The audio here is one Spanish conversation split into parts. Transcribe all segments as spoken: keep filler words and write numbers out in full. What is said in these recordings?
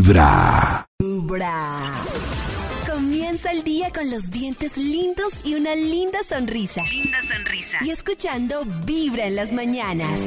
Vibra. Vibra. Comienza el día con los dientes lindos y una linda sonrisa. Linda sonrisa. Y escuchando Vibra en las mañanas.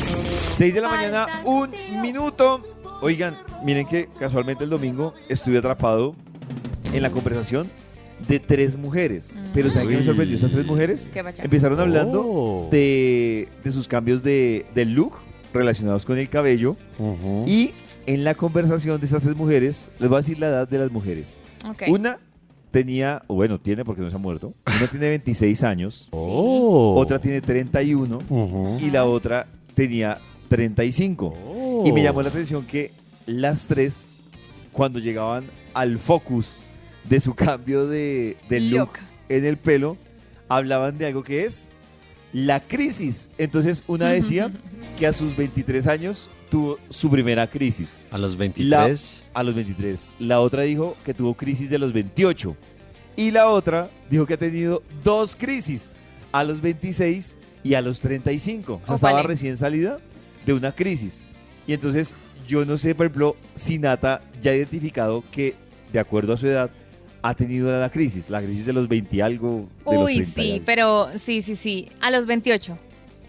seis de la mañana, un minuto. Oigan, miren que casualmente el domingo estuve atrapado en la conversación de tres mujeres. Mm. Pero ¿saben qué me sorprendió estas tres mujeres? Empezaron hablando oh. de, de sus cambios de, de look relacionados con el cabello. Uh-huh. Y en la conversación de estas tres mujeres, les voy a decir la edad de las mujeres. Okay. Una tenía, o bueno, tiene porque no se ha muerto. Una tiene veintiséis años. Oh. Otra tiene treinta y uno. Uh-huh. Y la otra tenía treinta y cinco. Oh. Y me llamó la atención que las tres, cuando llegaban al focus de su cambio de, de look Loca. en el pelo, hablaban de algo que es la crisis. Entonces una decía que a sus veintitrés años tuvo su primera crisis. ¿A los veintitrés? La, a los veintitrés. La otra dijo que tuvo crisis de los veintiocho. Y la otra dijo que ha tenido dos crisis, a los veintiséis y a los treinta y cinco. O sea, estaba recién salida de una crisis. Y entonces yo no sé, por ejemplo, si Nata ya ha identificado que, de acuerdo a su edad, ha tenido la crisis, la crisis de los veinte y algo, de Uy, los sí, pero sí, sí, sí, a los veintiocho.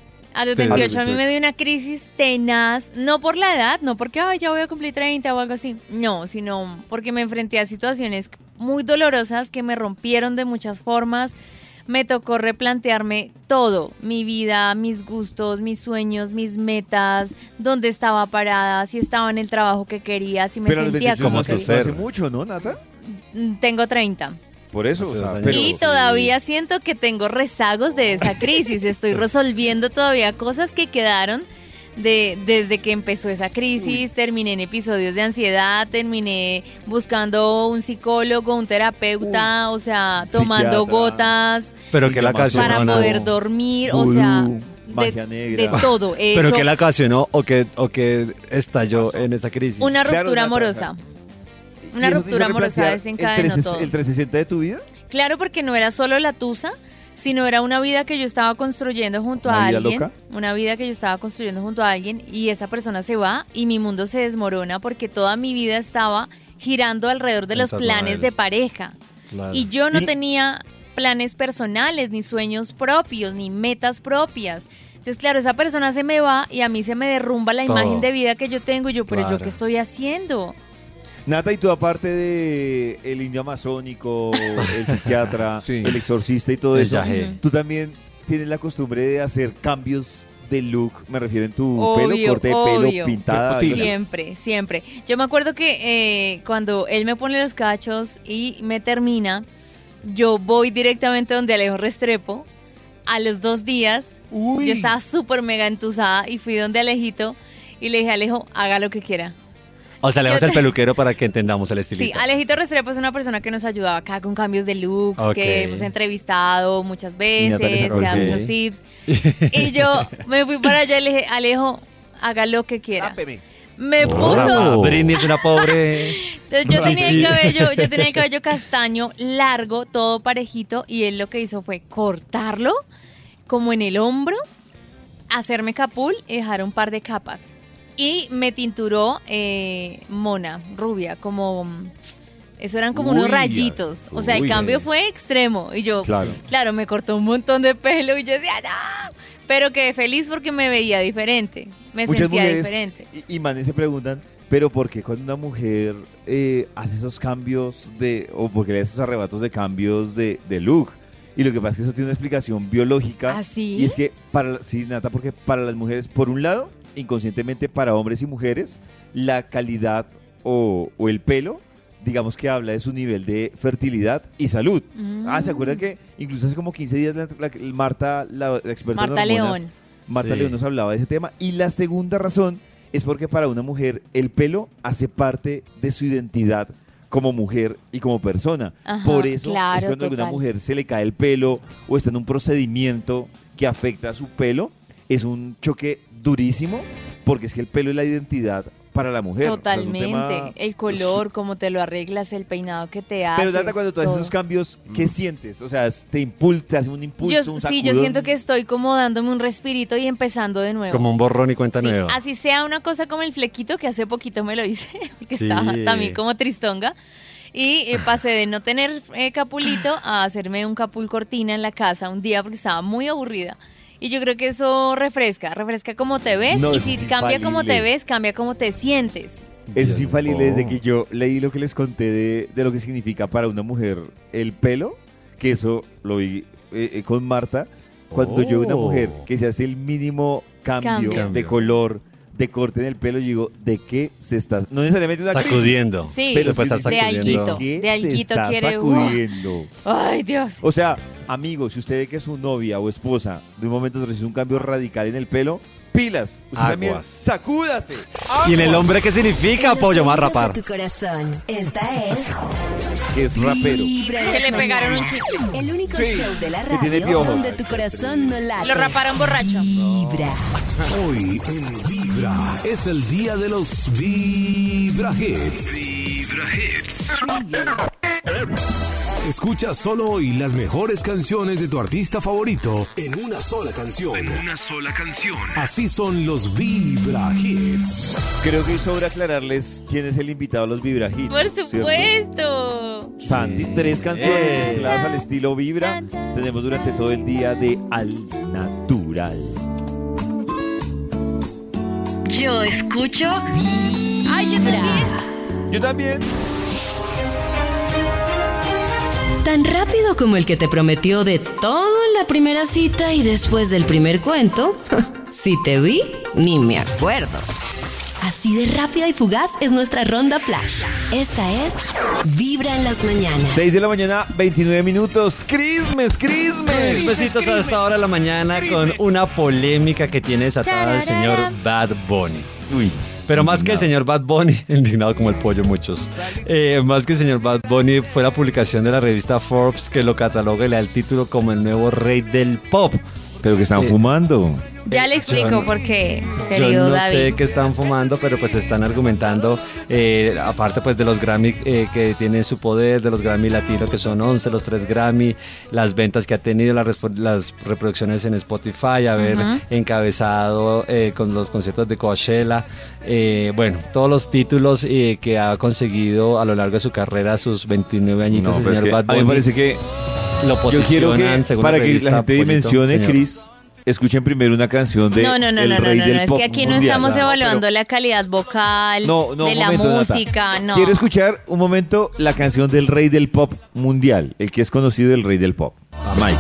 A los veintiocho, a, los veintiocho. A mí me dio una crisis tenaz, no por la edad, no porque ay, ya voy a cumplir treinta o algo así, no, sino porque me enfrenté a situaciones muy dolorosas que me rompieron de muchas formas. Me tocó replantearme todo, mi vida, mis gustos, mis sueños, mis metas, dónde estaba parada, si estaba en el trabajo que quería, si me pero sentía como que... Pero hace mucho, ¿no, Nata? Tengo treinta. Por eso, o sea, pero, y todavía sí. siento que tengo rezagos de esa crisis. Estoy resolviendo todavía cosas que quedaron de desde que empezó esa crisis. Uy. Terminé en episodios de ansiedad, terminé buscando un psicólogo, un terapeuta, Uy. o sea, tomando Psiquiatra. gotas pero que la para no, poder no. dormir, o sea, magia de, negra. de todo. He pero hecho, que la ocasionó o que o que estalló en esa crisis. Una ruptura claro, amorosa. Una ruptura amorosa desencadenó el todo. ¿El trescientos sesenta de tu vida? Claro, porque no era solo la tusa, sino era una vida que yo estaba construyendo junto ¿Una a vida alguien. Loca? Una vida que yo estaba construyendo junto a alguien y esa persona se va y mi mundo se desmorona porque toda mi vida estaba girando alrededor de los planes de pareja. Claro. Y yo no ¿Y? tenía planes personales, ni sueños propios, ni metas propias. Entonces, claro, esa persona se me va y a mí se me derrumba la todo. imagen de vida que yo tengo y yo, pero claro. ¿yo qué estoy haciendo? Nata, y tú aparte de el indio amazónico, el psiquiatra, sí. el exorcista y todo el eso, yajé. Tú también tienes la costumbre de hacer cambios de look, me refiero en tu obvio, pelo, corte de obvio. pelo, pintada. Sí, siempre, siempre. Yo me acuerdo que eh, cuando él me pone los cachos y me termina, yo voy directamente donde Alejo Restrepo. A los dos días, Uy. yo estaba súper mega entusada y fui donde Alejito y le dije, Alejo, haga lo que quiera. O sea, Alejo es el peluquero para que entendamos el estilito. Sí, Alejito Restrepo es una persona que nos ayudaba acá con cambios de looks, okay. que hemos entrevistado muchas veces, que da okay. muchos tips. Y yo me fui para allá y le dije, Alejo, haga lo que quiera. Tápeme. Me puso... Oh, Britney es una pobre... Entonces yo tenía el cabello, yo tenía el cabello castaño, largo, todo parejito, y él lo que hizo fue cortarlo, como en el hombro, hacerme capul y dejar un par de capas. Y me tinturó eh, mona, rubia, como... Eso eran como uy, unos rayitos. O sea, uy, el cambio eh. fue extremo. Y yo, claro. claro, me cortó un montón de pelo y yo decía, no. Pero quedé feliz porque me veía diferente. Me Muchas sentía mujeres diferente. Y, y manes se preguntan, ¿pero por qué cuando una mujer eh, hace esos cambios de... o porque le hace esos arrebatos de cambios de, de look? Y lo que pasa es que eso tiene una explicación biológica. ¿Ah, sí? Y es que, para sí, Nata, porque para las mujeres, por un lado... inconscientemente para hombres y mujeres, la calidad o, o el pelo, digamos que habla de su nivel de fertilidad y salud. Mm. Ah, ¿se acuerdan que incluso hace como quince días la, la, Marta, la, la experta Marta en hormonas, León. Marta sí. León nos hablaba de ese tema? Y la segunda razón es porque para una mujer el pelo hace parte de su identidad como mujer y como persona. Ajá, Por eso claro, es cuando a alguna total. mujer se le cae el pelo o está en un procedimiento que afecta a su pelo, es un choque durísimo, porque es que el pelo es la identidad para la mujer. Totalmente. O sea, es un tema- El color, cómo te lo arreglas, el peinado que te haces. Pero Nata, cuando tú haces todo. esos cambios, ¿qué sientes? O sea, ¿te impulsa, te hace un impulso, Yo, un sí, yo sacudón? siento que estoy como dándome un respirito y empezando de nuevo. Como un borrón y cuenta Sí, nueva. así sea una cosa como el flequito, que hace poquito me lo hice, porque Sí. estaba también como tristonga. Y eh, pasé de no tener eh, capulito a hacerme un capul cortina en la casa un día porque estaba muy aburrida. Y yo creo que eso refresca, refresca cómo te ves. No, y eso si es cambia cómo te infalible. ves, cambia cómo te sientes. Eso es infalible desde Oh. que yo leí lo que les conté de, de lo que significa para una mujer el pelo, que eso lo vi eh, eh, con Marta, cuando yo veo una Oh. mujer que se hace el mínimo cambio, Cambio. de color, de corte en el pelo, yo digo, ¿de qué se está? No necesariamente una crisis, Sacudiendo. Sí, pero se puede estar sí, de sacudiendo. alguito. ¿qué De se alguito está quiere- sacudiendo? Ay, Dios. O sea, amigo, si usted ve que su novia o esposa de un momento a otro hizo un cambio radical en el pelo, pilas. Usted también Aguas. sacúdase. ¿Y en el hombre qué significa, En los pollo? Más oídos de rapar. tu corazón. Esta es Que es rapero. Vibra en Que las le pegaron un mañanas. chicle. El único Sí, show de la que tiene radio piojos. donde tu corazón no late. Lo raparon borracho. Vibra. Hoy en Vibra es el día de los Vibra Hits. Vibra Hits. Escucha solo hoy las mejores canciones de tu artista favorito en una sola canción. En una sola canción. Así son los Vibra Hits. Creo que sobra aclararles quién es el invitado a los Vibra Hits, Por ¿cierto? supuesto. Sandy, tres canciones Eh. mezcladas al estilo Vibra. Tenemos durante todo el día de Al Natural. Yo escucho Ay, yo también. Yo también. tan rápido como el que te prometió de todo en la primera cita y después del primer cuento. Si te vi, ni me acuerdo. Así de rápida y fugaz es nuestra ronda flash. Esta es Vibra en las mañanas. seis de la mañana, veintinueve minutos. Crismes, Crismes. Besitos a esta hora de la mañana con una polémica que tiene desatada el señor Bad Bunny. Uy. Pero más que el señor Bad Bunny, indignado como el pollo muchos, eh, más que el señor Bad Bunny fue la publicación de la revista Forbes que lo cataloga y le da el título como el nuevo rey del pop. Pero que están Eh, fumando. Ya le explico Yo- por qué, Yo querido no David. sé qué están fumando, pero pues están argumentando, eh, aparte pues de los Grammy eh, que tienen su poder, de los Grammy latinos que son once, los tres Grammy, las ventas que ha tenido, las, respo- las reproducciones en Spotify, haber Ujú. encabezado eh, con los conciertos de Coachella, eh, bueno, todos los títulos eh, que ha conseguido a lo largo de su carrera, sus veintinueve añitos, el pero es señor que Bad a mí Bunny, me parece que lo yo quiero posicionan que según para la que revista la gente Pollito, dimensione, señor. Chris, escuchen primero una canción de No, no, no, el no, no, rey no, del no, es pop que aquí no mundial. estamos No, evaluando pero- la calidad vocal No, no, de un la momento, Nata. música, no. Quiero escuchar un momento la canción del rey del pop mundial, el que es conocido el rey del pop, Mike.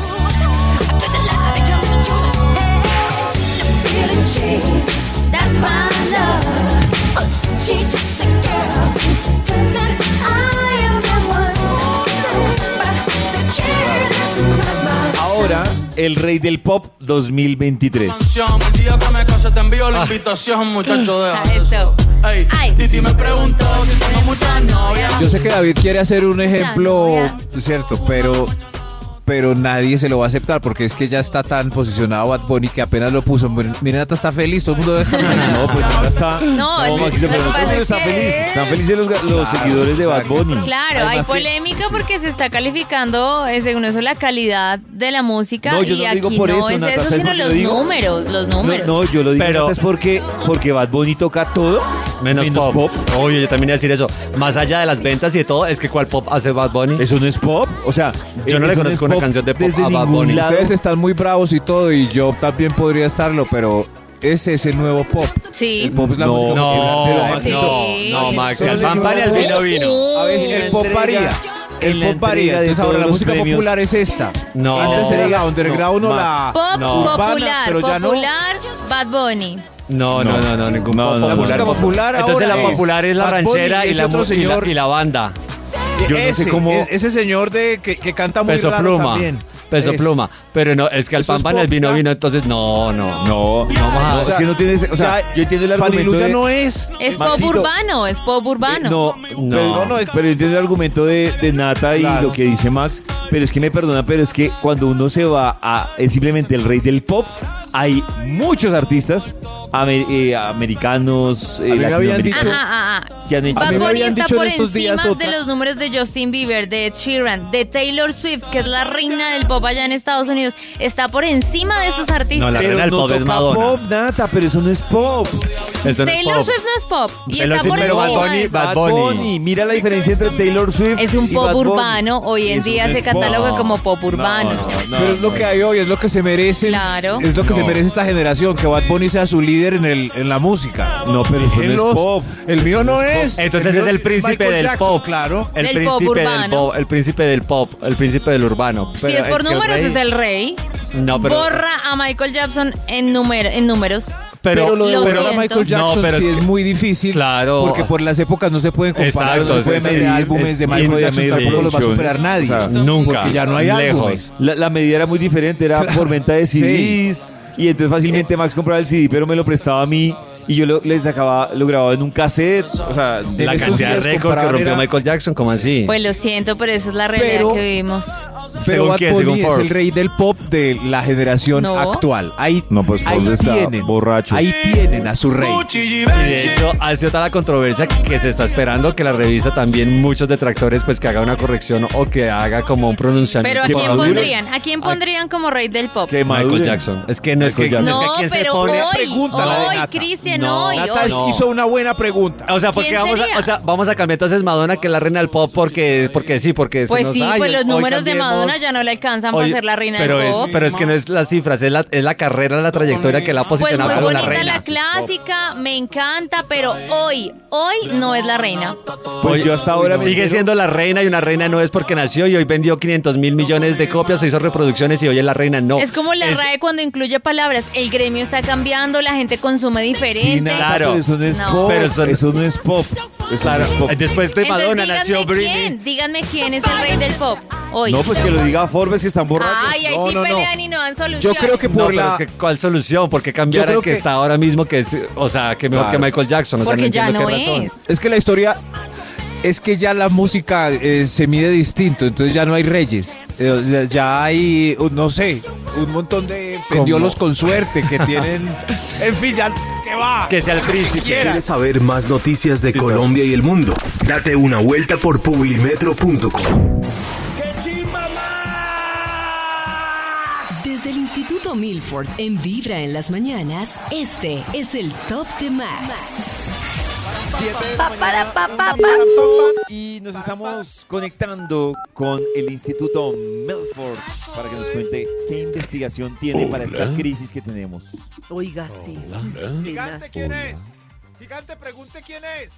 That's my love. She's just a girl that I am the one. But the chair is not my Ahora, el rey del pop dos mil veintitrés. El día que me case te envío la invitación, muchacho de Ah, eso. Ey, Ay. Titi me preguntó si tengo muchas novias. Yo sé que David quiere hacer un ejemplo, novia. cierto, pero pero nadie se lo va a aceptar porque es que ya está tan posicionado Bad Bunny que apenas lo puso. Miren, Nata está feliz, todo el mundo debe estar feliz. No, pues ahora está. No, el- Maxito, lo pero que no todo el pasa mundo es está que- feliz. Están felices los, los Claro, seguidores de Bad exacto. Bunny. Claro, hay Además que- polémica porque se está calificando, eh, según eso, la calidad de la música. No, yo y no aquí digo por no eso, es Nata, eso, ¿sabes sino por qué los lo digo? números, los No, números. no, yo lo digo Pero- Nata, es porque, porque Bad Bunny toca todo. Menos, pop. Obvio, yo también iba a decir eso. Más allá de las ventas y de todo, es que ¿cuál pop hace Bad Bunny? Eso no es pop. O sea, Yo no le eso conozco es una pop canción de pop desde a Bad ningún Bunny. lado. Ustedes están muy bravos y todo y yo también podría estarlo, pero ese es el nuevo pop. Sí. El pop es la No, música No, popular de la no, época. Sí. no, Max. Solo El le pan digo varia, el una vino cosa. vino. A veces el pop varía. en El la pop varía. entrega de Entonces ahora todos la los música premios- popular es esta. No. Antes era la underground No, o la Pop No. urbana, popular, pero ya no. popular, Bad Bunny. No, no, no, no, ningún No, pop no, La popular. música popular Entonces ahora la es popular es la Bad Bunny ranchera y ese la, otro mu- y, la, señor. y la banda. Yo no sé ese, cómo- es- ese señor de que, que canta muy Peso raro pluma. también. Peso Es- pluma. Pero no, es que al Eso pan es pan el pop, vino ¿ya? vino, entonces no, no. No, no, O sea, es que no tiene. ese- O sea, ya- yo entiendo el Fanny argumento. Lu ya de- no es. Es pop Maxito, urbano, es pop urbano. Eh, no, No. Pero, no, no, es- pero yo entiendo el argumento de, de Nata y Claro. lo que dice Max. Pero es que me perdona, pero es que cuando uno se va a. Es simplemente el rey del pop. hay muchos artistas amer- eh, americanos, eh, A mí me habían latinoamericanos, dicho- Ah, ah, ah. que han hecho. A mí Bad me Bunny habían está dicho por en estos días, encima Ota. de los números de Justin Bieber, de Ed Sheeran, de Taylor Swift, que es la reina del pop allá en Estados Unidos. Está por encima de esos artistas. No, la Pero reina del no pop es toca Madonna. pop, Nata, pero eso no es pop. Eso no es Taylor pop. Swift no es pop y Taylor está Swift, por pero Bad encima Bunny, de eso. Bad Bunny. Mira la diferencia entre Taylor Swift Es un y pop Bad Bunny. urbano. Hoy en Eso día no se es pop. cataloga No, como pop urbano. no, no, Pero es lo que hay hoy, es lo que se merece. Claro. Es lo que se No. merece esta generación, que Bad Bunny sea su líder en, el, en la música. No, pero eso no es Déjenlos. pop. El mío no es. Entonces mío es el príncipe Michael del Jackson, pop. Claro. El Del príncipe pop del urbano. pop, el príncipe del pop, el príncipe del urbano. Si Pero es por que el números, rey- es el rey. No, pero Borra a Michael Jackson en, número, en números. Pero, pero, lo de lo borrar a siento. Michael Jackson No, pero sí es es, que- muy difícil. Claro. Porque por las épocas no se pueden comparar. Exacto, no se pueden es- medir es- álbumes es de Michael tiempo de Jackson, medir tampoco los va a superar producciones. nadie. O sea, nunca. Porque ya no hay lejos. álbumes. La, la medida era muy diferente, era por venta de C Ds. Y entonces fácilmente Max compraba el C D, pero me lo prestaba a mí. Y yo lo, les sacaba, lo grababa en un cassette. O sea, En La estos cantidad de días récords que comparaban rompió era- Michael Jackson, ¿cómo así? Pues lo siento, pero esa es la realidad Pero- que vivimos. Pero ¿Según Bad quién? Bunny Según es el Forbes. rey del pop de la generación No. actual. Ahí, No, pues ahí Forbes está tienen, borracho. ahí tienen a su rey. Y de hecho, ha sido tal la controversia que se está esperando que la revista también, muchos detractores, pues que haga una corrección o que haga como un pronunciamiento. Pero ¿a que quién maduren. pondrían? ¿A quién pondrían como rey del pop? que Michael maduren. Jackson. Es que no es que, Michael no es No, que quién se pero pone. hoy, pregunta la de hoy, Nata. Cristian, No, hoy, Nata hoy. no. hizo una buena pregunta. O sea, porque ¿Quién vamos a, sería? o sea, vamos a cambiar entonces Madonna, que es la reina del pop, porque, porque sí, porque se Pues nos- sí, ay, pues los hoy números de cambiemos. Madonna ya no le alcanzan para Oye, ser la reina pero del es, pop. pero es que no es las cifras, es la, es la carrera, la trayectoria que la ha Pues muy posicionado como la bonita reina. la clásica, me encanta, pero hoy, hoy no es la reina. Pues yo hasta ahora me Sigue entero- siendo la reina y una reina no es porque nació y hoy vendió quinientos mil millones de copias o hizo reproducciones y hoy es la reina. No. Es como la Es- RAE cuando incluye palabras. El gremio está cambiando, la gente consume Sí, diferente. Nata, Claro. pero eso no es No. pop. Pero eso eso, no- no es pop. Eso Claro. no es pop. Después de Entonces, Madonna díganme nació Britney. quién, díganme quién es el rey del pop hoy. No, pues que lo diga Forbes, que están borrachos. Ay, ahí No, sí no, no. pelean y no dan solución. Yo creo que No, por pero la... es que ¿cuál solución? ¿Por qué cambiar Yo creo al que, que- está ahora mismo que es, o sea, que mejor Claro. que Michael Jackson? O sea, Porque no ya entiendo no qué razón. es. Es que la historia es que ya la música eh, se mide distinto, entonces ya no hay reyes. Eh, o sea, ya hay, uh, no sé, un montón de pendiolos con suerte que tienen... En fin, ya... ¿Qué va? Que sea el príncipe. ¿Quieres saber más noticias de Colombia y el mundo? Date una vuelta por publimetro punto com. Desde el Instituto Milford en Vibra en las mañanas, este es el Top de Max. Pa, para, pa, pa, pa. Y nos estamos conectando con el Instituto Milford para que nos cuente qué investigación tiene para esta crisis que tenemos. Oiga, sí. Gigante, ¿quién es? Gigante, pregunte quién es.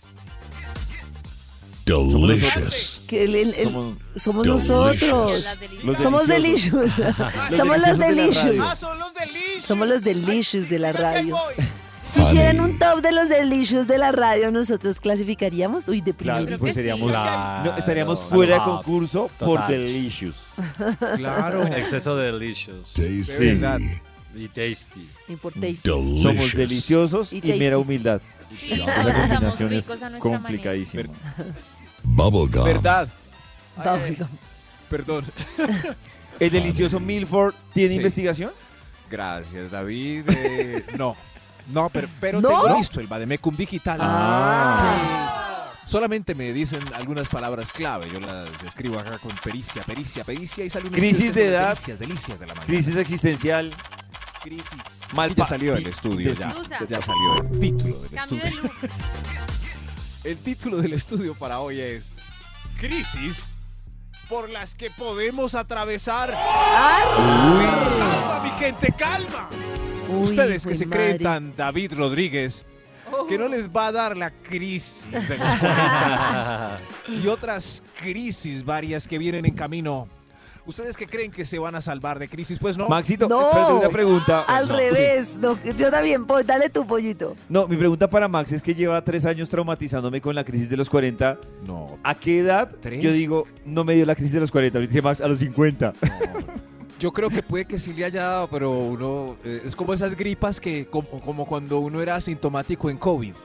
Delicious. Que el- el- el- Somos- somos Delicious. nosotros. Los Somos deliciosos. delicious. Somos los deliciosos de la delicious. radio. Ah, son los delicios. Somos los delicious de la radio. voy. Si hicieran un top de los delicious de la radio, nosotros clasificaríamos. Uy, de Claro, primero. pues que seríamos, sí. no, estaríamos Claro. fuera de Top. concurso por Total. Delicious. Claro. Exceso de delicious De Sí. verdad. y tasty. Importante. Somos deliciosos Y y mera tasties. humildad. Esa Estamos combinación es ricos a nuestra complicadísima. Bubblegum. Verdad. Bubblegum. Perdón. ¿El delicioso Milford tiene Sí. investigación? Gracias, David. Eh, no. No, pero, pero ¿No? tengo listo el Bademecum Digital. Ah. Solamente me dicen algunas palabras clave. Yo las escribo acá con pericia, pericia, pericia y sale un Crisis estudio de son edad. Delicias, delicias de la mañana. Crisis existencial. Crisis. Mal ya pa- salió ti- el estudio. Ya, Susa. ya salió el título del Cambio estudio. de look. El título del estudio para hoy es Crisis por las que podemos atravesar. ¡Calma, mi gente, calma! Uy, Ustedes que jue se madre. creen tan David Rodríguez, que no les va a dar la crisis de los cuarenta y otras crisis varias que vienen en camino. Ustedes que creen que se van a salvar de crisis, pues no. Maxito, No. espérate una pregunta. Al No, revés. No, yo también. po- Dale tu pollito. No, mi pregunta para Max es que lleva tres años traumatizándome con la crisis de los cuarenta. No, ¿A qué edad? ¿Tres? Yo digo, no me dio la crisis de los cuarenta. Dice Max, a los cincuenta. no. Yo creo que puede que sí le haya dado, pero uno eh, es como esas gripas que como, como cuando uno era asintomático en COVID.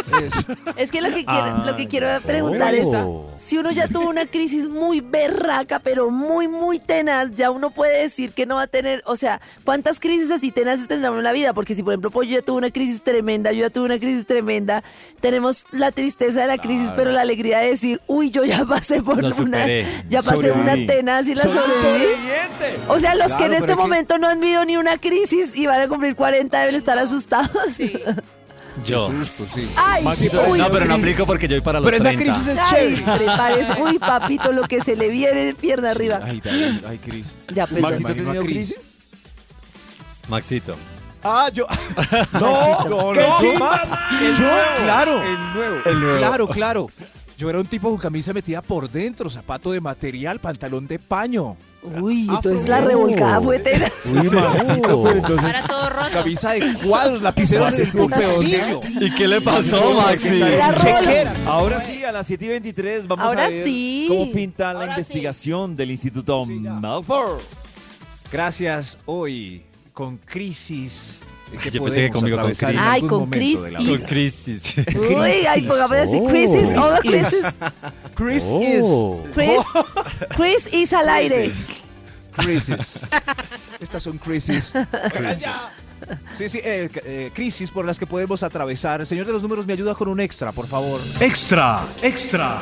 Eso. Es que lo que quiero, Ah, lo que quiero ya. preguntar Oh. es, si uno ya tuvo una crisis muy berraca, pero muy, muy tenaz, ya uno puede decir que no va a tener, o sea, ¿cuántas crisis así tenaces tendrá uno en la vida? Porque si, por ejemplo, pues, yo ya tuve una crisis tremenda, yo ya tuve una crisis tremenda, tenemos la tristeza de la crisis, pero la alegría de decir, uy, yo ya pasé por Lo una, superé. ya pasé una Sobreviví. tenaz y la Soy sobreviví. sobreviviente. O sea, los que Claro, en este pero es que- momento no han vivido ni una crisis y van a cumplir cuarenta deben estar asustados. Sí. Yo. Qué susto, sí. Ay, Maxito, uy, No, pero no aplico porque yo voy para los Pero esa treinta. crisis es Ay, chévere. prepárese. Uy, papito, lo que se le viene de pierna arriba. Ay, David, ay, Cris. Ya, perdón. ¿Maxito ha imagino a tenido Cris. crisis? Maxito. Ah, yo. No, no, ¿Qué no. chimba? El Yo, nuevo, claro. El nuevo. El nuevo. Claro, claro. Yo era un tipo con camisa metida por dentro, zapato de material, pantalón de paño, Uy, Afro. entonces la revolcada fue tenaz. Uy, Maxito, pero entonces... Ahora todo roto. camisa de cuadros, lapicero en el bolsillo. ¿Y qué le pasó, Maxi? Era rosa. Chequera. Ahora sí, a las siete y veintitrés vamos Ahora a ver sí. cómo pinta la Ahora investigación del Instituto Sí, ya. Malfour. Gracias hoy con crisis. que Yo pensé que podemos conmigo con atravesar en crisis. Ay, algún con momento de la crisis. Con vida. crisis. Uy, ay, pongamos así, crisis, Oh. all the crisis. Chris Oh. Chris, Chris is al aire. is crisis. Estas son crisis. Sí, sí, eh, eh, crisis por las que podemos atravesar. El señor de los números me ayuda con un extra, por favor. Extra, extra.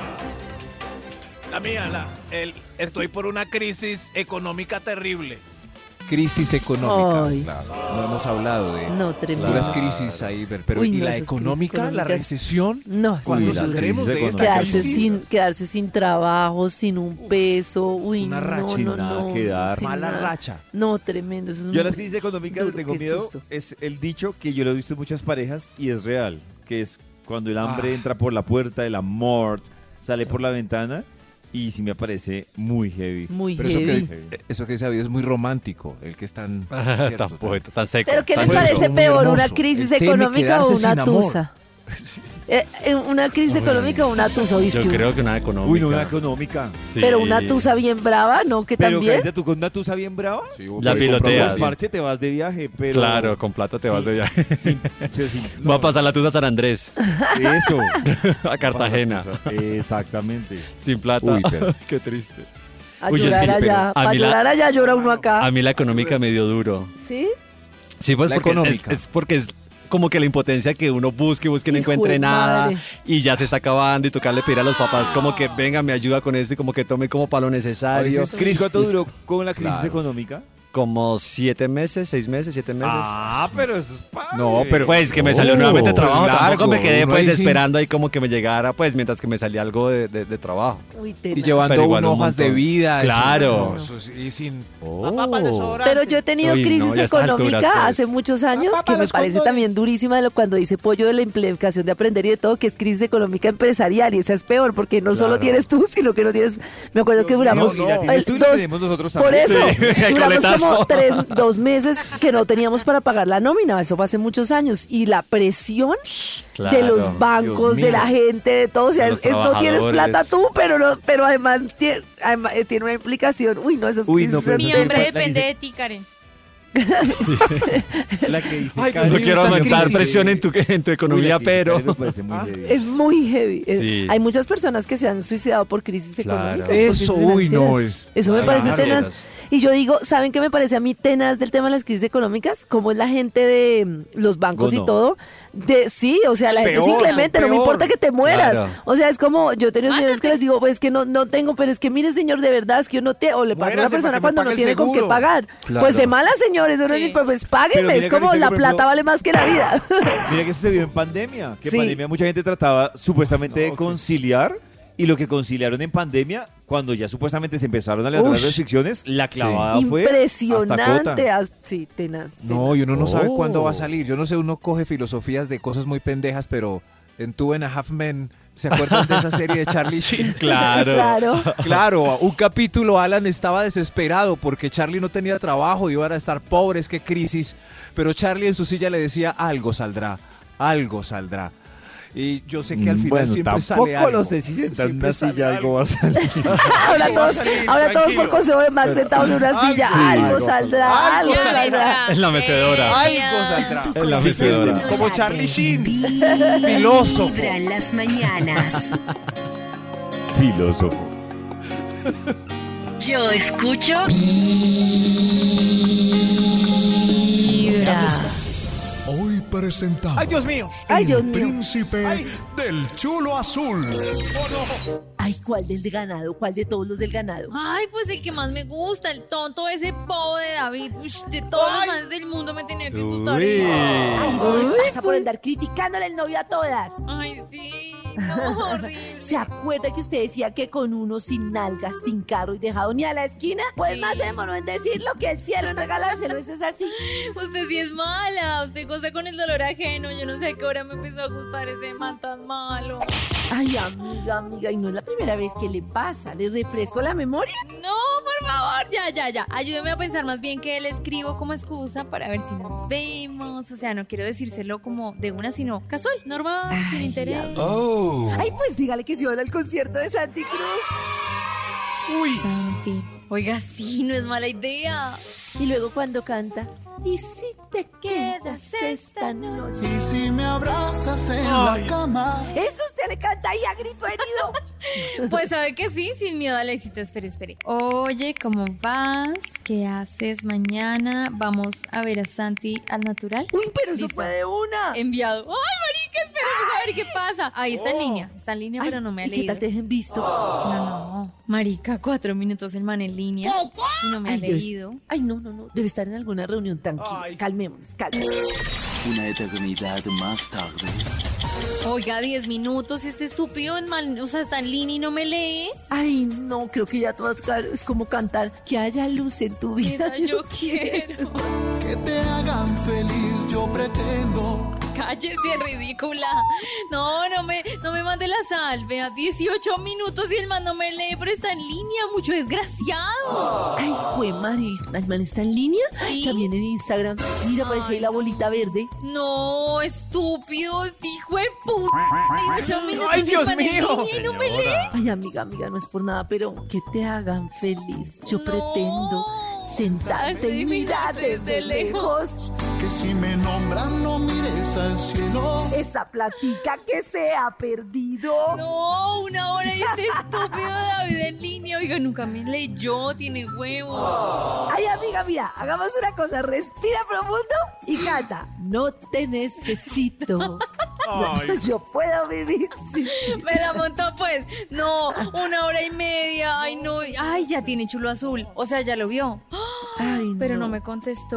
La mía, la, el, estoy por una crisis económica terrible. Crisis económica. Ay. Claro, no hemos hablado de No, tremendo. puras crisis ahí, ver, pero Uy, ¿y no, la esas crisis económica, la económicas. recesión? No, Cuando Uy, las saldremos crisis de esta económicas. quedarse crisis, sin, quedarse sin trabajo, sin un peso, uy, Una no, racha y no, nada no, que dar. sin mala nada. racha. No, tremendo. Eso es Yo a un- las crisis económicas le duro, tengo qué miedo. susto. Es el dicho que yo lo he visto en muchas parejas y es real, que es cuando el hambre Ah. entra por la puerta, el amor sale por la ventana y sí me parece muy heavy. Muy Pero eso heavy. que, eso que sabía es muy romántico, el que es tan... tan cierto, poeta, tan seco. Pero ¿qué tan les Pues seco. parece muy peor, una hermoso. crisis El teme económica o quedarse una sin amor. tusa? Eh, eh, ¿Una crisis económica o una tusa? Uy, es Yo que- creo que una económica. Uy, no, una económica. Sí. Pero una tusa bien brava, ¿no? Que Pero también. cállate tú con una tusa bien brava. Sí, La pero piloteas. Los parche te vas de viaje, pero... Claro, con plata te vas de viaje. Sin- sí, sí, no, Va a pasar la tusa a San Andrés, Eso. a Cartagena, Exactamente. sin plata. Uy, pero- Qué triste. A Uy, es llorar que- allá. pero a Para mí la- llorar allá llora uno acá. A mí la económica me dio duro. ¿Sí? Sí, pues La porque económica. Es, es porque es como que la impotencia que uno busque, busque y no Hijo encuentre de nada madre. y ya se está acabando y tocarle pedir a los papás como que venga, me ayuda con esto y como que tome como para lo necesario. A veces- Cris, ¿cuánto Y- duró con la crisis Claro. económica? Como siete meses, seis meses, siete meses. Ah, pero eso es padre. No, pero- Pues que me Oh, salió nuevamente trabajo, largo, tampoco me quedé uno pues ahí sin- esperando ahí como que me llegara pues mientras que me salía algo de, de- de trabajo. Uy, Y tenaz. llevando Pero igual uno un hojas de montón. vida. eso- Claro. no, eso sí, y sin... Oh. Pero yo he tenido Uy, no, crisis ya a estas económica alturas, pues. hace muchos años Papá, que me los parece condones. también durísima de lo cuando dice pollo de la implementación de aprender y de todo, que es crisis económica empresarial y esa es peor porque no solo tienes tú, sino que no tienes... Me acuerdo que duramos No, no, el tienes tú y la dos- tenemos nosotros por también. eso, Sí, el duramos coletazo. como tres, dos meses que no teníamos para pagar la nómina, eso fue hace muchos años y la presión de Claro. los bancos, Dios de mío. la gente, de todo, o sea, De es, los es- no tienes trabajadores. plata tú, pero no, pero además tiene, además, eh, tiene una implicación, uy, no, esas Uy, no, crisis pero son Mi eso hambre la que depende dice- de ti, Karen. La que dice Ay, Karen. No quiero estas aumentar crisis. presión en tu, en tu Uy, economía, la que dice pero... Karen me parece muy heavy. Es muy heavy. Es- Sí. Hay muchas personas que se han suicidado por crisis Claro. económicas. por Eso, crisis uy, no, financieras. es- Eso me Claro. parece tenaz. Financieras. Y yo digo, ¿saben qué me parece a mí tenaz del tema de las crisis económicas? Como es la gente de mm, los bancos Gono. y todo. De, sí, o sea, la gente Peor, simplemente, no me peor. importa que te mueras. Claro. O sea, es como, yo he tenido señores que Mátate. les digo, pues que no, no tengo, pero es que mire, señor, de verdad, es que yo no te, o le pasa a una Muérase persona para que me cuando no pague el tiene con qué seguro. pagar. Claro. Pues de malas, señores, eso no es Sí. ni- pues Pero páguenme, mira, es como Karen, la por plata ejemplo- vale más que la vida. Mira que eso se vio en pandemia. Que en Sí. pandemia mucha gente trataba supuestamente de No, que- conciliar y lo que conciliaron en pandemia, cuando ya supuestamente se empezaron a levantar las Ush. restricciones, la clavada fue Impresionante. hasta cota. hasta- sí, tenaz. No, tenaz. y uno no sabe Oh. cuándo va a salir. Yo no sé, uno coge filosofías de cosas muy pendejas, pero en Two and a Half Men, ¿se acuerdan de esa serie de Charlie Sheen? Claro. Claro. Claro, un capítulo Alan estaba desesperado porque Charlie no tenía trabajo, iban a estar pobres, qué crisis. Pero Charlie en su silla le decía, algo saldrá, algo saldrá. Y yo sé que al final Bueno, siempre sale tampoco algo. lo sé si sentar en Siempre una sale silla algo va a salir. ahora Algo va a todos, salir, ahora todos por tranquilo. consejo de Max sentados en una Ay, silla. sí. Algo Algo saldrá, algo algo saldrá. En la mecedora. Algo saldrá. En la mecedora. Como Charlie Sheen. Vibra Filósofo. en las mañanas. Filósofo. Yo escucho Vibra. Hoy presentamos Ay, Dios mío. Ay, Dios el mío. príncipe Ay. del chulo azul. Ay, ¿cuál del ganado? ¿Cuál de todos los del ganado? Ay, pues el que más me gusta, el tonto ese bobo de David. Ush, de todos los fans del mundo me tenía que gustar. Uy. Ay, eso me pasa por andar criticándole el novio a todas. Ay, sí, no, horrible. ¿Se acuerda que usted decía que con uno sin nalgas, sin carro y dejado ni a la esquina? Pues Sí. más se demoró en decirlo que el cielo en regalárselo. Eso es así. Usted sí es mala, usted goza con el dolor ajeno. Yo no sé a qué hora me empezó a gustar ese man tan malo. Ay, amiga, amiga, y no es la primera vez que le pasa. ¿Le refresco la memoria? No, por favor, ya, ya, ya. Ayúdeme a pensar más bien que le escribo como excusa para ver si nos vemos. O sea, no quiero decírselo como de una, sino casual, normal, sin Ay, interés. Ay, pues dígale que si van al concierto de Santi Cruz. Uy. Santi, oiga, sí, no es mala idea. Y luego cuando canta, ¿y si te quedas esta noche? Y si me abrazas en Ay. la cama. Eso usted le canta ahí a grito herido. Pues sabe que sí, sin miedo al éxito. Espere, espere. Oye, ¿cómo vas? ¿Qué haces mañana? ¿Vamos a ver a Santi al natural? Uy, pero eso Listo. fue de una. Enviado. ¡Ay, marica! Esperemos a ver qué pasa. Ahí está en línea. Está en línea, Ay, pero no me ha ¿y qué leído. tal te dejen visto? No, no. Marica, cuatro minutos el man en línea. Y no me ha Ay, debes- leído. Ay, no, no, no. Debe estar en alguna reunión tranquila. Ay. Calmémonos, calmémonos. Una eternidad más tarde. Oiga, diez minutos y este estúpido en man, o sea, está en línea y no me lee. Ay, no, creo que ya todas ca- es como cantar que haya luz en tu vida. Mira, yo quiero. Que te hagan feliz, yo pretendo. Cállese, ridícula. No, no me, no me mande la sal. Vea, dieciocho minutos y el man no me lee, pero está en línea. Mucho desgraciado. Ay, güey, Mari, ¿el man está en línea? Sí. También en Instagram. Mira, aparece ahí Ay, la no. bolita verde. No, estúpido, este hijo de puta. dieciocho minutos Ay, y el Dios man en mío. línea y no me lee. Ay, amiga, amiga, no es por nada, pero que te hagan feliz. Yo No. pretendo sentarte Así y mirar desde desde lejos. lejos. Que si me nombran, no mires al cielo. Esa platica que se ha perdido. No, una hora y este estúpido de David en línea. Oiga, nunca me leyó, tiene huevos. Ay, amiga, mira, hagamos una cosa. Respira profundo y canta. No te necesito. Ay. Yo puedo vivir sin ti. Me la montó pues. No, una hora y media. Ay, no. Ay, ya tiene chulo azul. O sea, ya lo vio. Ay, Pero no me contestó.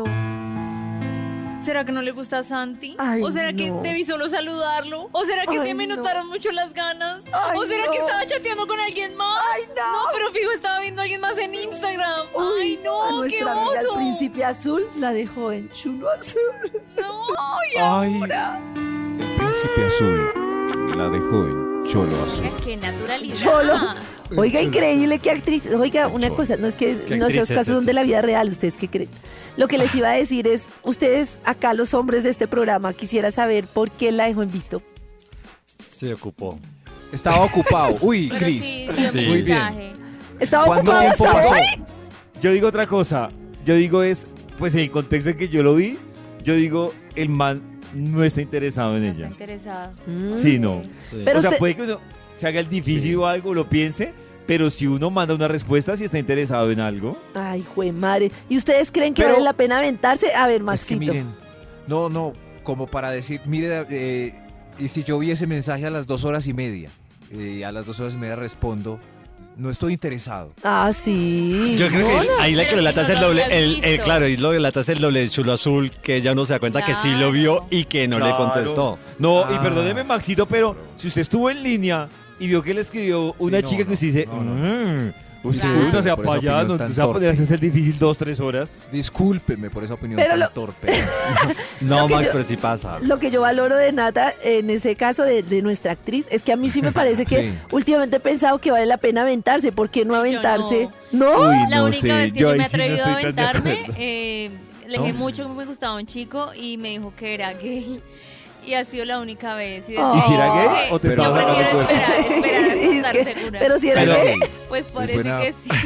¿Será que no le gusta a Santi? Ay, ¿O será que no. debí solo saludarlo? ¿O será que Ay, se me no. notaron mucho las ganas? Ay, ¿O será no. que estaba chateando con alguien más? Ay, no. pero fijo, estaba viendo a alguien más en Instagram. Ay, a no, qué nuestra amiga el oso. príncipe azul la dejó en chulo azul. No, y Ay. ahora. El príncipe azul la dejó en cholo azul. Oiga, qué naturalidad. Cholo. Oiga, increíble, qué actriz. Oiga, una Cholo. cosa, no es que ¿Qué no esos actriz es casos son esa? de la vida real, ¿ustedes qué creen? Lo que les iba a decir es, ustedes acá los hombres de este programa, quisiera saber por qué la dejó en visto. Se ocupó. Estaba ocupado. Uy, Pero Cris. sí, vio mi Sí. Muy bien. mensaje. ¿Estaba ¿Cuánto ocupado tiempo hasta pasó? hoy? Yo digo otra cosa. Yo digo es, pues en el contexto en que yo lo vi, yo digo, el man no está interesado en No está ella. interesado. Mm. Sí, no. Sí. Pero o sea, usted- puede que uno se haga el difícil Sí. o algo, lo piense, pero si uno manda una respuesta, si está interesado en algo. Ay, jue madre. ¿Y ustedes creen que Pero- vale la pena aventarse? A ver, Es que Maxito. miren, no, no, como para decir, mire, eh, y si yo vi ese mensaje a las dos horas y media, eh, a las dos horas y media respondo, no estoy interesado. Ah, sí. Yo creo que Hola. ahí la Pero que lo lata si es no el lo doble, había el, el- visto. claro, y lo que lata es el doble de chulo azul, que ya uno se da cuenta que sí lo vio y que no le Claro. contestó. No, y Ah. perdóneme, Maxito, pero si usted estuvo en línea y vio que le escribió una no, chica no, que usted dice, no, no. "Mm, usted Claro. no se Por esa para allá, opinión no tan se va a poner a torpe. hacerse el difícil dos, tres horas. Discúlpeme por esa opinión Pero tan lo- torpe. No, Lo que Max, yo- pero sí pasa. Lo que yo valoro de Nata, en ese caso de, de nuestra actriz, es que a mí sí me parece que Sí. últimamente he pensado que vale la pena aventarse. ¿Por qué no Yo aventarse? no. ¿No? Uy, La no única sé, vez que yo yo, ahí me he sí no atrevido a estoy tan de aventarme, acuerdo. eh, le dije ¿No? mucho que me gustaba un chico y me dijo que era gay. y ha sido la única vez. Y, Oh. ¿Y si era gay que o te yo estabas sacando prefiero cuenta? esperar, esperar a Es estar que- segura. pero si era Pero- gay. Pues parece buena- que sí.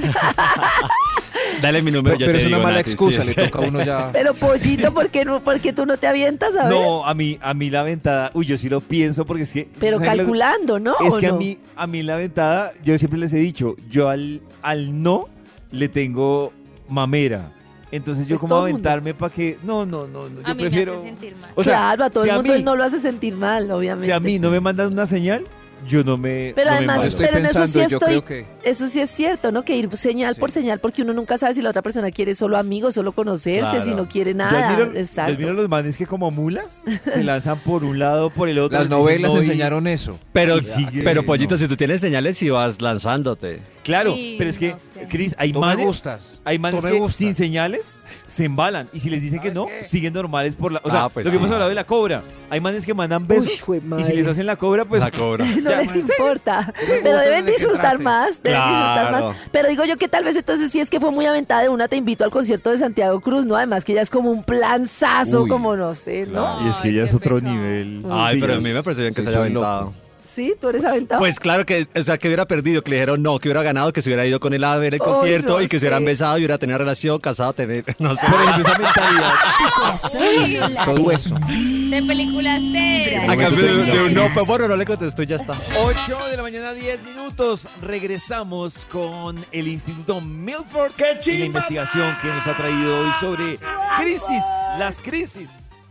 Dale mi número, Pero, yo pero te es una digo, mala Nati, excusa, sí, le sí. toca a uno ya. Pero pollito, ¿por qué, no, por qué tú no te avientas a ver? No, a mí, a mí la ventada, uy, yo sí lo pienso porque es que... Pero ¿saben lo- calculando, ¿no? Es ¿O que a no? mí, a mí la ventada, yo siempre les he dicho, yo al, al no le tengo mamera. Entonces yo Pues como todo mundo. aventarme para que... No, no, no, no, A yo mí prefiero... me hace sentir mal. O sea, claro, a todo si el a mundo mí- él no lo hace sentir mal, obviamente. Si a mí no me mandan una señal, yo no me Pero no me además, mando. Estoy pero en eso sí pensando, yo estoy, creo que- eso sí es cierto, ¿no? Que ir señal por señal, porque uno nunca sabe si la otra persona quiere solo amigos, solo conocerse, Claro. si no quiere Yo nada. admiro, yo Exacto. admiro a los manes que como mulas se lanzan por un lado, por el otro. Las les dicen novelas no y- enseñaron eso. Pero, Y sigue, pero Pollito, no. si tú tienes señales y vas lanzándote. Claro, Sí, pero es que, no sé. Cris, hay Tú me manes, gustas. hay manes Tú me que gustas. sin señales se embalan. Y si les dicen que no, siguen normales por la... O sea, Ah, pues lo que sí. hemos hablado de la cobra. Hay manes que mandan besos Uy, jue y si madre. les hacen la cobra, pues... La cobra. No Ya, les importa. me Pero gusta deben desde que disfrutar entraste. más, deben disfrutar Claro. más. Pero digo yo que tal vez entonces sí es que fue muy aventada de una, te invito al concierto de Santiago Cruz, ¿no? Además que ya es como un planzazo, Uy, como no sé, ¿no? Y es que Ay, ya es qué otro pecado. nivel. Ay, Sí, pero a es- mí me parece bien que Sí, se haya soy loco. aventado. ¿Sí? ¿Tú eres aventado? Pues claro que, o sea, que hubiera perdido, que le dijeron no, que hubiera ganado, que se hubiera ido con él a ver el Ay, concierto no y que se hubieran sé. besado y hubiera tenido relación, casado, tener, no sé. Por ejemplo, esa mentalidad. Tu corazón no late. Todo eso. De películas de... A A cambio cambio de, de un no, Mañanas. pues bueno, no le contestó y ya está. ocho de la mañana, diez minutos. Regresamos con el Instituto Milford y la investigación que nos ha traído hoy sobre crisis, las crisis.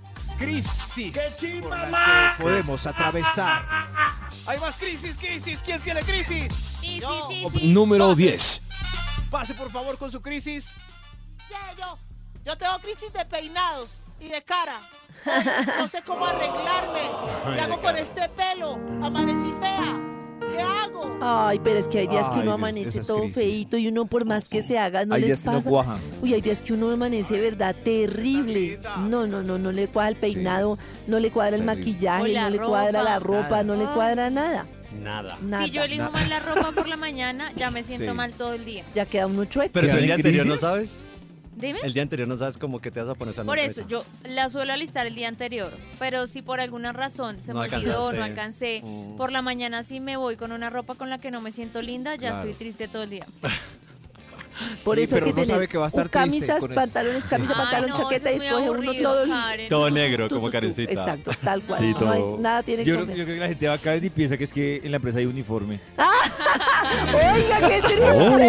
Crisis. Por las que podemos atravesar. Hay más crisis, crisis. ¿Quién tiene crisis? Sí, Yo. sí, sí, sí. Número Pase. diez. Pase por favor con su crisis. Ya, yo, yo tengo crisis de peinados y de cara. Hoy no sé cómo arreglarme. ¿Qué hago con este pelo? Amanecí fea. ¿Qué hago? Ay, pero es que hay días que Ay, uno Dios, amanece esas todo crisis. feíto y uno por más que se haga no Hay les días que no pasa. cuajan. Uy, hay días que uno amanece de verdad terrible. No, no, no, no le cuadra el peinado, no le cuadra el Terrible. maquillaje, O la no le cuadra ropa. la ropa, no le Ay. cuadra nada. Nada. Nada. Si yo elijo mal la ropa por la mañana, ya me siento Sí. mal todo el día. Ya queda uno chueco. Pero si el ¿Quedan día en anterior no crisis? sabes, Dime. el día anterior no sabes cómo que te vas a poner esa Por nota eso, esa. yo la suelo alistar el día anterior, pero si por alguna razón se No me olvidó, alcanzaste. no alcancé, Mm. por la mañana si me voy con una ropa con la que no me siento linda, ya Claro. estoy triste todo el día. Por Sí, eso hay pero que uno tener sabe que va a estar un triste camisas, con eso. pantalones, camisa, Ay, pantalón, no, chaqueta y eso es muy escoge uno aburrido, todo el... Karen. Todo Tú, negro, tú, como tú, tú. Karencita. Exacto, tal cual. Sí, no hay, todo. nada tiene Yo que creo, comer. yo creo que la gente va a caer y piensa que es que en la empresa hay uniforme. Oiga, qué triste.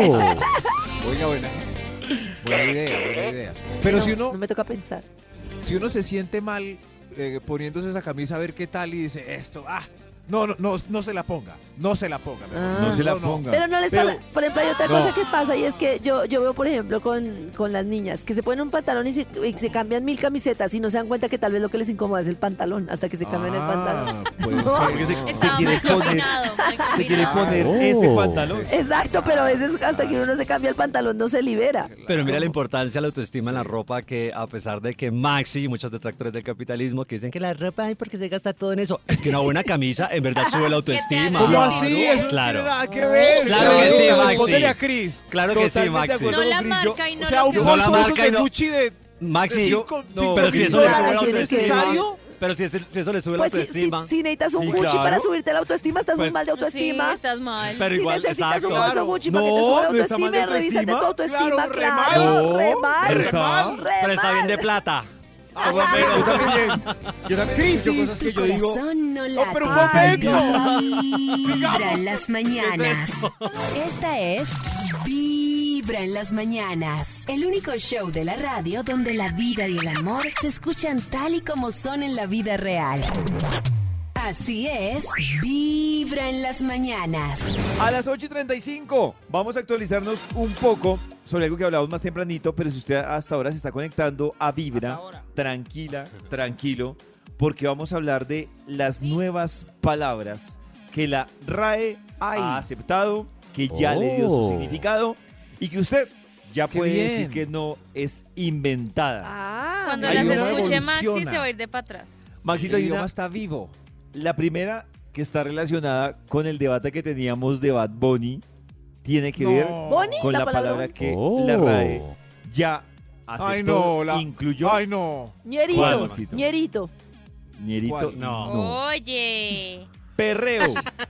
Oiga, buena. Buena idea, buena idea. Pero No, si uno, No me toca pensar. si uno se siente mal eh, poniéndose esa camisa a ver qué tal y dice esto, ah, no, no, no, no se la ponga, no se la ponga. mejor. Ah. No se la ponga. Pero no les Pero- pasa, por ejemplo, hay otra No. cosa que pasa y es que yo, yo veo, por ejemplo, con, con las niñas que se ponen un pantalón y se, y se cambian mil camisetas y no se dan cuenta que tal vez lo que les incomoda es el pantalón hasta que se cambian el pantalón. Ah, puede No. ser. Porque se, se Estaba quiere mal poner, combinado, mal se quiere combinado. poner Oh. ese pantalón. Exacto, pero a veces hasta que uno no se cambia el pantalón no se libera. Pero mira la importancia de la autoestima en la ropa, que a pesar de que Maxi y muchos detractores del capitalismo que dicen que la ropa, ay, porque se gasta todo en eso, es que una buena camisa en verdad sube la autoestima. ¿Cómo ¿Cómo Claro. así? Eso Claro. no tiene nada que ver. Claro que sí, Maxi. Respóndele a Cris. Claro que sí, Totalmente de Maxi. acuerdo. No la Grillo. marca y no O sea, lo un que No la bolso de esos marca y de no- Gucci de... Maxi, cinco- no, cinco pero si mil eso le dólares sube la tiene que- autoestima. ¿Necesario? Pero si, es- si eso le sube Pues la si, si, autoestima. si necesitas un Sí, Gucci claro. para subirte la autoestima, estás muy Pues- mal de Sí, autoestima. estás mal. Pero si igual, necesitas exacto. un bolso Claro. Gucci para que te No, suba la no está mal autoestima, de revísate tu autoestima. autoestima, Claro, re claro, mal. re No, mal, pero re está- mal, re Pero está bien mal. de plata. Ah, Por lo menos, yo bueno. también. Yo también Crisis. he hecho cosas Tu que yo digo. corazón no late. pero un momento. Vibra en las mañanas. Esta es Vibra en las mañanas. El único show de la radio donde la vida y el amor se escuchan tal y como son en la vida real. Así es, Vibra en las mañanas. A las ocho y treinta y cinco vamos a actualizarnos un poco sobre algo que hablamos más tempranito, pero si usted hasta ahora se está conectando a Vibra, Hasta ahora. tranquila, tranquilo, porque vamos a hablar de las nuevas palabras que la R A E Ay. ha aceptado, que ya le dio su Oh. significado y que usted ya Qué puede decir bien. que no es inventada. Ah, Cuando Hay las una escuche Maxi evoluciona. se va a ir de para atrás. Maxito, El hay idioma una- está vivo. la primera que está relacionada con el debate que teníamos de Bad Bunny tiene que No. ver Bonnie, con la la, palabra palabra Bonnie. que Oh. la R A E ya aceptó, Ay, no. La... incluyó. Ay, no. ¿Cuál, ñerito, Maxito? ñerito. Ñerito, ¿Cuál? no. Oye. Perreo.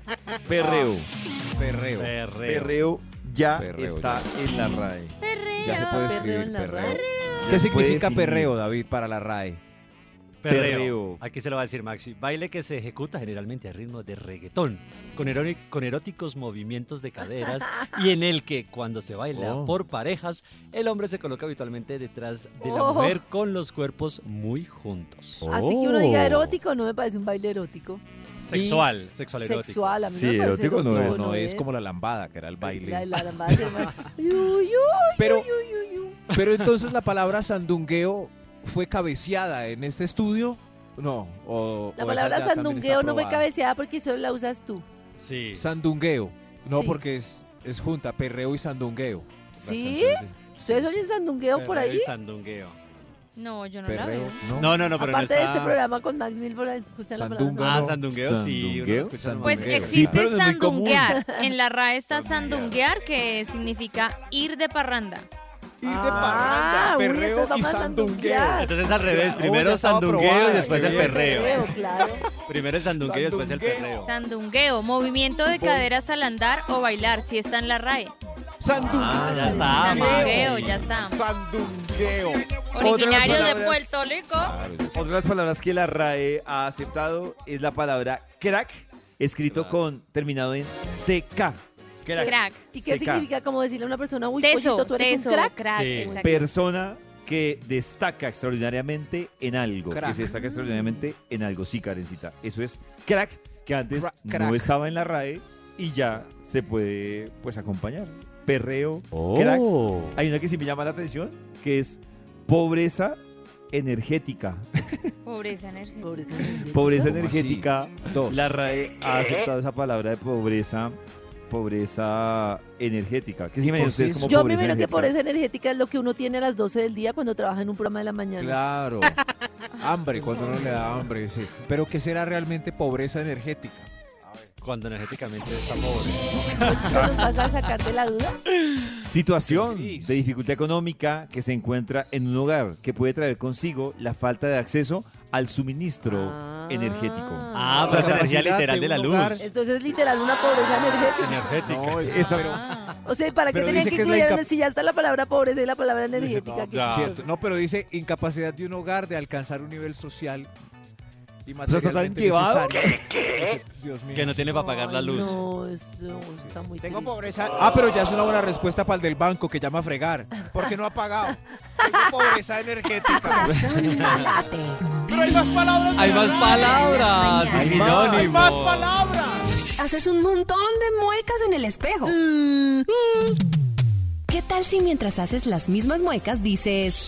Perreo. Perreo. Perreo ya Perreo, está ya. en la RAE. Perreo. Ya se puede Perreo escribir en la perreo. RAE. Ya ¿Qué se puede significa definir. perreo, David, para la RAE? Perreo. Perreo. Aquí se lo va a decir Maxi. Baile que se ejecuta generalmente a ritmo de reggaetón, con, eró- con eróticos movimientos de caderas y en el que cuando se baila Oh. por parejas, el hombre se coloca habitualmente detrás de la Oh. mujer con los cuerpos muy juntos. Así que uno diga erótico, no me parece un baile erótico. Sexual, sexual erótico. Sexual, a mí Sí, no me parece erótico no erótico. es. No, no es como la lambada, que era el baile. La, la lambada se llama- Uy, uy, Pero, uy, uy, uy. pero entonces la palabra sandungueo fue cabeceada en este estudio. No, o La o palabra esa ya también está sandungueo no fue aprobada. cabeceada porque solo la usas tú. Sí. Sandungueo. No, Sí. porque es, es junta, perreo y sandungueo. Las ¿Sí? canciones de- ¿Ustedes oyen sandungueo por Perreo ahí? y sandungueo. No, yo no la Perreo. veo. No, No, no, no, pero Aparte no de está... este programa con Max Milford, escuchan la Sandunga. palabra Ah, no. sandungueo, sí. uno ¿Sandungueo? lo escucha Pues Sandungueo. existe Sí, pero no es muy común. sandunguear. En la RAE está sandunguear, que significa ir de parranda. Y de Ah, parranda, uy, perreo entonces y vamos a sandungueo. sandunguear. Entonces al revés, Oh, primero ya estaba sandungueo y aprobada, después qué el bien. perreo. claro. Primero el sandungueo y después el Sandungueo. perreo. Sandungueo, movimiento de caderas al andar o bailar, si está en la RAE. Sandungueo. Ah, ya está. Sandungueo, Maxi. ya está. Sandungueo. Originario de palabras. Puerto Rico. Otra de las palabras que la RAE ha aceptado es la palabra crack, escrito Crack. con, terminado en C K. Crack. ¿Y qué C K. significa como decirle a una persona, uy, Teso, pollito, tú eres teso, un crack? crack, Sí. exacto. Persona que destaca extraordinariamente en algo. Crack. Que se destaca extraordinariamente en algo. Sí, Karencita. Eso es crack, que antes Crack, crack. no estaba en la RAE y ya se puede pues acompañar. Perreo, Oh. crack. Hay una que sí me llama la atención, que es pobreza energética. Pobreza energética. Pobreza. Pobreza ¿Cómo así? energética. Dos. La RAE ha aceptado esa palabra de pobreza, pobreza energética. ¿Qué se imaginan Entonces, ustedes como Yo me pobreza imagino que energética? pobreza energética es lo que uno tiene a las doce del día cuando trabaja en un programa de la mañana. Claro. Hambre, cuando uno le da hambre, sí. Pero ¿qué será realmente pobreza energética? Cuando energéticamente está pobre. ¿Nos vas a sacar de la duda? Situación Feliz. de dificultad económica que se encuentra en un hogar que puede traer consigo la falta de acceso al suministro Ah. energético. Ah, La pues energía capacidad literal de de la un luz. hogar. Entonces es literal una pobreza energética. Energética. No, Esta- O sea, ¿para qué Pero tenían dice que que es la incluir incap- si ya está la palabra pobreza y la palabra energética? Qué ya. chistoso. Cierto. No, pero dice incapacidad de un hogar de alcanzar un nivel social y sea, está tan materialmente llevado. necesario. Dios mío. Que no tiene para pagar la Ay, luz. No, eso está muy Tengo triste. pobreza. Ah, pero ya es una buena respuesta para el del banco que llama a fregar. Porque no ha pagado. Tengo pobreza energética. Corazón no late. Pero hay más palabras. Hay de más verdad. palabras. Hay es más. Hay sinónimo. más palabras. Haces un montón de muecas en el espejo. ¿Qué tal si mientras haces las mismas muecas dices...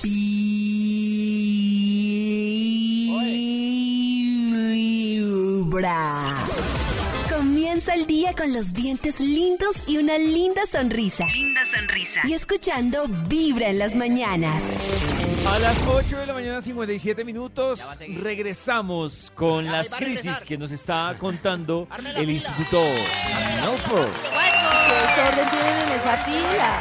Vibra? Comienza el día con los dientes lindos y una linda sonrisa. Linda sonrisa. Y escuchando Vibra en las mañanas. A las ocho de la mañana, cincuenta y siete minutos, regresamos con Ya, las va a crisis regresar. que nos está contando Arme la el fila. Instituto Milford. ¿Qué desorden tienen en esa fila?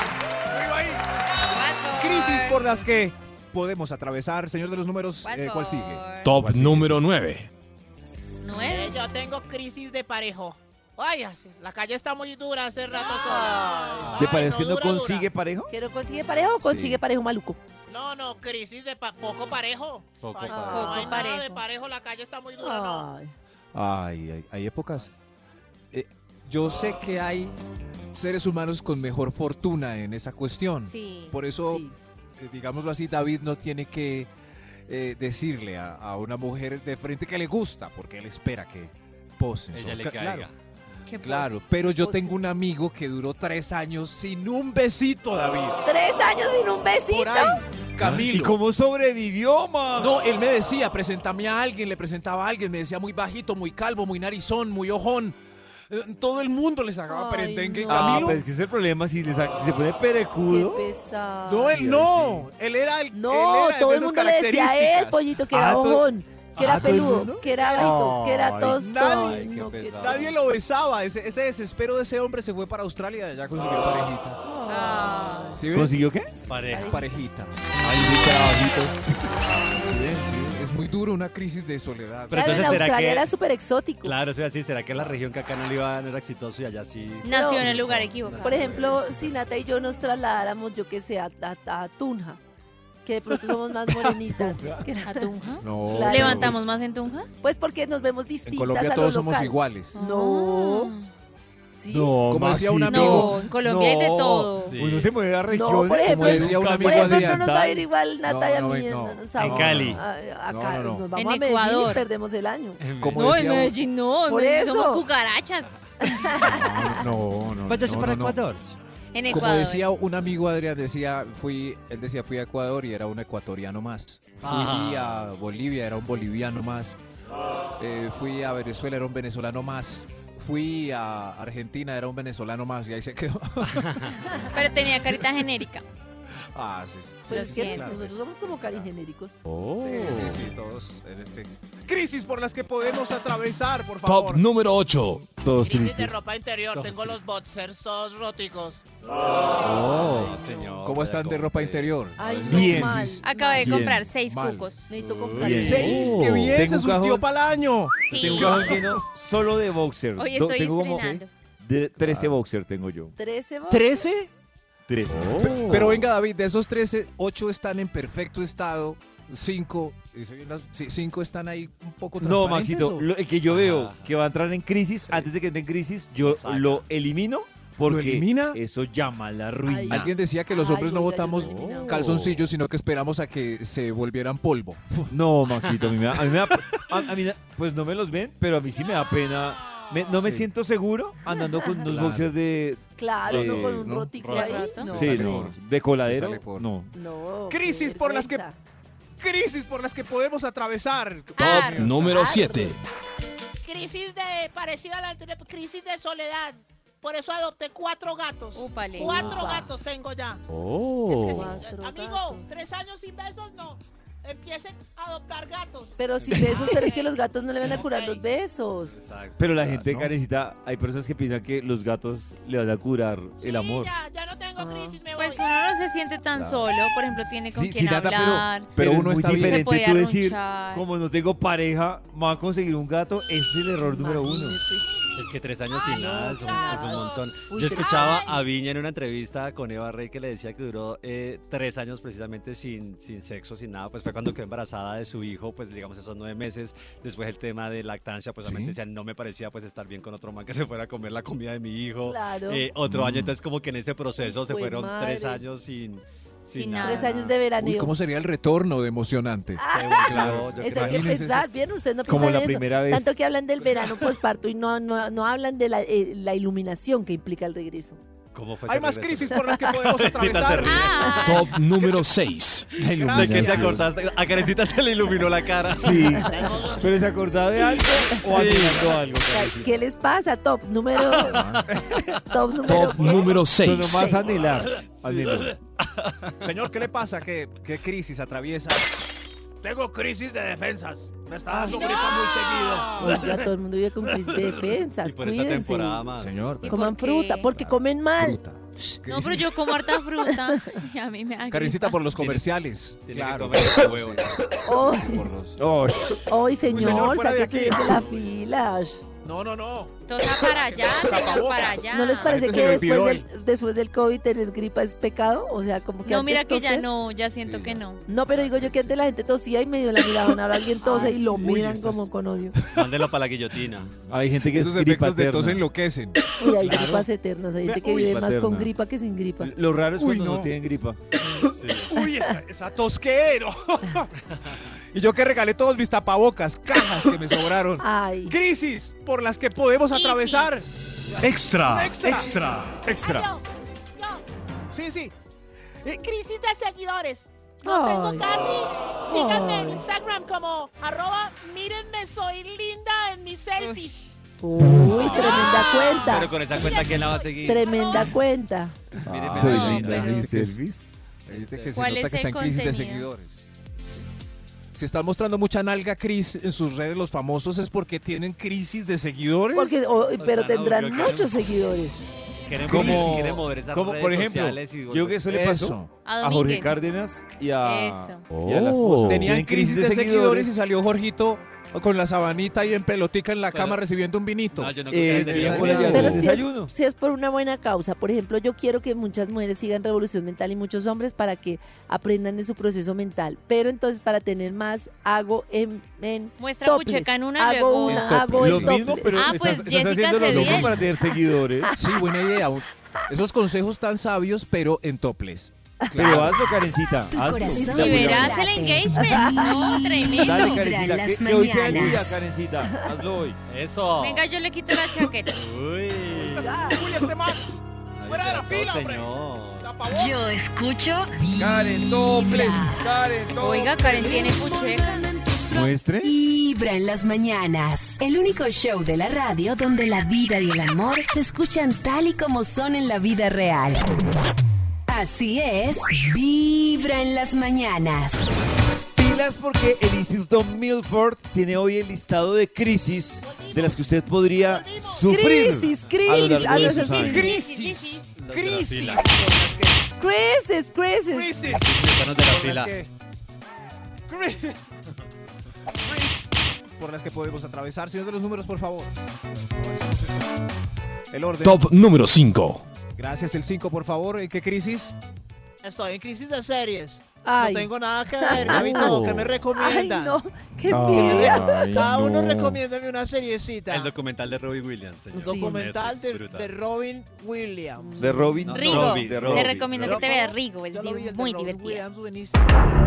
Crisis por las que podemos atravesar. Señor de los números, eh, ¿cuál sigue? Top ¿Cuál sigue? número nueve. Nueve. Eh, yo tengo crisis de parejo. Ay, así, la calle está muy dura hace rato. Ay, ¿Te ay, parece que no dura, dura. consigue parejo? ¿Que no consigue parejo o consigue parejo maluco? No, no, crisis de pa- poco parejo. Poco Ay, parejo. no hay Poco nada parejo. de parejo, la calle está muy dura, no. Ay. Ay, hay, hay épocas. Eh, yo sé que hay seres humanos con mejor fortuna en esa cuestión. Sí. Por eso, Sí. eh, digámoslo así, David no tiene que eh, decirle a, a una mujer de frente que le gusta, porque él espera que pose. Ella le Cla- caiga. Claro, Qué pose. claro, pero yo Pose. tengo un amigo que duró tres años sin un besito, David. ¿Tres años sin un besito? Por ahí, Camilo. ¿Y cómo sobrevivió, man? No, él me decía, preséntame a alguien, le presentaba a alguien, me decía muy bajito, muy calvo, muy narizón, muy ojón. Eh, Todo el mundo le sacaba Ay, perendengue. no. Ah, Camilo. pues es que ese es el problema, si, le sa- si se pone Qué perecudo. pesado. No, él no. Él era el. No, él era todo de el esas mundo le decía a él, características. pollito, que Ah, era todo- ojón, que era ah, ¿todo el peludo, mundo? que era bajito, que era Ay, tostón. nadie, qué no, qué pesado. Nadie lo besaba. Ese, ese desespero de ese hombre se fue para Australia de allá con su parejita. Ah. ¿Sí ven? ¿Consiguió qué? Pareja. Parejita. Ay, mi trabajito. ¿Sí ven? Sí ven. Es muy duro una crisis de soledad. Pero Claro, en entonces, ¿será Australia que- era súper exótico. Claro, eso es así. ¿Será que la región que acá no le iba no era exitoso y allá sí? Nació No. en el lugar equivocado. Por ejemplo, si Nata y yo nos trasladáramos, yo que sé, a, a- a Tunja, que de pronto somos más morenitas. que la- ¿A Tunja? No. Claro. ¿Levantamos más en Tunja? Pues porque nos vemos distintas En Colombia a lo todos somos local. iguales. No. Sí. No, Como decía un Maxito. amigo- No, en Colombia hay de todo. Sí. Uno se mueve a regiones. No, por ejemplo, como decía un por amigo ejemplo, Adrián. no nos va a ir igual Nata y a No, no, mí. no. no nos En vamos Cali. a- a- acá, No, no, no. Nos vamos En a Medellín Ecuador. y perdemos el año. Como No, en decía un- Medellín no, en Por Medellín eso. somos cucarachas. No, no, no. Váyase no, para no, no. Ecuador. En Como Ecuador. decía un amigo Adrián, decía, fui, él decía, fui a Ecuador y era un ecuatoriano más. Fui Ah. a Bolivia, era un boliviano más. Eh, fui a Venezuela, era un venezolano más. Fui a Argentina, era un venezolano más y ahí se quedó. Pero tenía carita genérica. Ah, sí, sí. Pues Lo es que siento. nosotros somos como carigenéricos. Oh. Sí, sí, sí, todos en este. Crisis por las que podemos atravesar, por Top favor. número ocho. Todos Crisis de tristes. ropa interior. Tengo los boxers todos róticos. Oh. señor. ¿Cómo están de ropa interior? Ay, no, Bien. mal. Acabé de Bien. comprar seis Mal. cucos. Necesito comprar. Bien. ¡Seis! Oh. ¡Qué bien! Tengo Se un surtió cajón. para el año. Sí. Tengo un cajón lleno solo de boxer. Hoy Do- estoy tengo como estrenando. de trece boxer tengo yo. ¿trece vos? ¿trece? trece. Pero venga, David, de esos trece, ocho están en perfecto estado, cinco están ahí un poco No, transparentes. Maxito, ¿o? lo- el que yo veo Ah. que va a entrar en crisis, antes de que entre en crisis, yo Lo saca. lo elimino porque ¿Lo elimina? eso llama a la ruina. Ay, Alguien decía que los Ay, hombres no oiga, yo botamos lo eliminaba. calzoncillos, sino que esperamos a que se volvieran polvo. No, Maxito, a mí me da, a mí me da- a- a mí da- pues no me los ven, pero a mí sí me da pena. Me- no me Sí. siento seguro andando con unos Claro. boxers de, Claro, Eh, no con un ¿no? rotico Roto. ahí. Roto. No, sí, sale no, por- de coladero. sale por- No. no, Crisis qué por las que- vergüenza. Crisis por las que podemos atravesar. Ah, Número Claro. siete. Crisis de, parecida a la anterior, crisis de soledad. Por eso adopté cuatro gatos. Úpale. Cuatro Upa. gatos tengo ya. Oh. Es que sí, Cuatro amigo, gatos. tres años sin besos, no. Empiecen a adoptar gatos. Pero si besos, pero es que los gatos no le van a curar los besos. Exacto. Pero la gente, ¿no? Karencita, hay personas que piensan que los gatos le van a curar Sí, el amor. Ya, ya no tengo crisis, me voy. Pues uno no se siente tan Claro. solo. Por ejemplo, tiene con Sí, quién sí, Nata, pero- hablar. Pero es uno muy está bien. Se diferente puede tú decir, arrunchar. como no tengo pareja, me voy a conseguir un gato, ese es el error número uno. Imagínese. Es que tres años sin nada es un, es un montón. Uy, Yo tres escuchaba años. a Viña en una entrevista con Eva Rey que le decía que duró eh, tres años precisamente sin, sin sexo, sin nada. Pues fue cuando quedó embarazada de su hijo, pues digamos esos nueve meses. Después el tema de lactancia, pues ¿Sí? realmente decía, no me parecía pues estar bien con otro man que se fuera a comer la comida de mi hijo. Claro. Eh, otro año, entonces como que en ese proceso se Jue fueron madre. tres años sin, sin, Sin nada. nada. Tres años de Uy, veraneo. ¿cómo sería el retorno de emocionante? Se volvió- Claro. yo Eso creo hay que Imagínese pensar, bien, ustedes no Como piensan la en eso. primera vez. Tanto que hablan del verano posparto y no, no, no hablan de la, eh, la iluminación que implica el regreso. ¿Cómo fue Hay ese más regreso? crisis por las que podemos Karencita se atravesar. ríe. Ah, Top número seis. La ¿De iluminación. qué se acordaste? A Karencita se le iluminó la cara. Sí. ¿Pero se acordaba de algo o admirando algo? O sea, Karencita? ¿qué les pasa? Top número... top número... Top ¿qué? número Eso seis. nomás anhelar. Anhelar. Señor, ¿qué le pasa? ¿Qué, qué crisis atraviesa? Tengo crisis de defensas. Me está dando Ay. gripa muy seguido. Oiga, todo el mundo vive con crisis de defensas. Y por esta Cuídense. temporada más. Señor, ¿Y Coman por qué? fruta, porque comen mal. fruta. ¿Qué no, dice? pero yo como harta fruta y a mí me da Karencita gripa. por los comerciales. Tiene claro. que comer el huevo. Oh, Sí, por los- Oh, hoy, señor, señor, fuera de sáquese aquí. de la fila. No, no, no. Tosa para allá, señor, Tapabocas. para allá. ¿No les parece gente que se le después olvidó del, después del COVID tener gripa es pecado? O sea, como que No, antes mira que ya toser- no, ya siento Sí, que no. no. No, pero digo yo que antes la gente tosía y medio la miraban. Ahora alguien tose Ay, y lo sí. miran Uy, estás- como con odio. Mándelo para la guillotina. hay gente que Esos es gripa efectos de tos eterna. enloquecen. Uy, hay gripas eternas. Hay gente que Uy, vive más con paterna. gripa que sin gripa. Lo raro es Uy, cuando no. no. tienen gripa. Uy, esa, esa tosquero. Y yo que regalé todos mis tapabocas, cajas que me sobraron. Ay, Crisis por las que podemos Crisis. atravesar. Extra. Extra. Extra. Extra. Yo, yo, Sí, sí. crisis de seguidores. No Ay. tengo casi. Síganme en Ay. Instagram como arroba mírenme soy linda en mis selfies. uy, tremenda Pero cuenta. con esa cuenta, ¿quién la va a seguir? Tremenda cuenta. Míreme, Ah, soy no, linda. pero- ¿Mis selfies? Hay gente que se ¿Cuál nota es que está el en crisis de contenido? seguidores. Si están mostrando mucha nalga Cris en sus redes los famosos es porque tienen crisis de seguidores. Porque, o- pero sea, no, tendrán creo que muchos seguidores. quieren, Como- quieren mover esas como, redes por ejemplo, sociales y yo creo que eso le Eso. pasó A a Jorge Domínguez. Cárdenas y a, Eso. y a la Oh. esposa. Tenían Tienen crisis de seguidores y salió Jorgito con la sabanita y en pelotica en la Pero- cama recibiendo un vinito. No, yo no creo Eh, que sería esa- buena esa- idea. Pero el si es, desayuno. si es por una buena causa, por ejemplo, yo quiero que muchas mujeres sigan Revolución Mental y muchos hombres para que aprendan de su proceso mental. Pero entonces para tener más hago en, en Muestra topless. Pucheca en una, hago luego- una, En hago topless, en sí. Lo mismo, topless. pero Ah, estás, pues estás Jessica haciendo lo Cediel. mismo para tener seguidores. Sí, buena idea. Esos consejos tan sabios, pero en topless. Pero hazlo, Karencita. Tu Hazlo. corazón Y Dale, verás el late. engagement. No, tremendo. Dale, Vibra Karencita. en Que, las que hoy sea el día, mañanas. Karencita. Hazlo hoy. Eso. Venga, yo le quito la chaqueta. Uy. Uy, este man. Fuera de la Ay, fila, hombre. señor. Tapabocas. Yo escucho Karen, dobles. Karen, dobles. Oiga, Karen tiene Pucheca. Muestre. Vibra en las mañanas. El único show de la radio donde la vida y el amor se escuchan tal y como son en la vida real. Así es, Vibra en las mañanas. Pilas porque el Instituto Milford tiene hoy el listado de crisis de las que usted podría sufrir. Crisis, a lo crisis. largo Ah, de no, sus eso sí. años. Crisis. Crisis. Crisis, crisis. Crisis. Métanos de la Por fila. las que- Crisis. Por las que podemos atravesar. Señor de los números, por favor. El orden. Top número cinco. Gracias, el cinco, por favor. ¿En qué crisis? Estoy en crisis de series. Ay. No tengo nada que ver, Gabito. ¿Qué me Ay, recomiendan? no, qué Ay, envidia. Cada uno no. recomiéndame una seriecita. El documental de Robbie Williams, señor. Sí. Documental de, Netflix, de brutal. Robin Williams. De Robin. No, Rigo. Robin, de Te Robin. recomiendo que te veas Rigo. Es Yo lo vi, el de muy Robin divertida. Williams, buenísimo.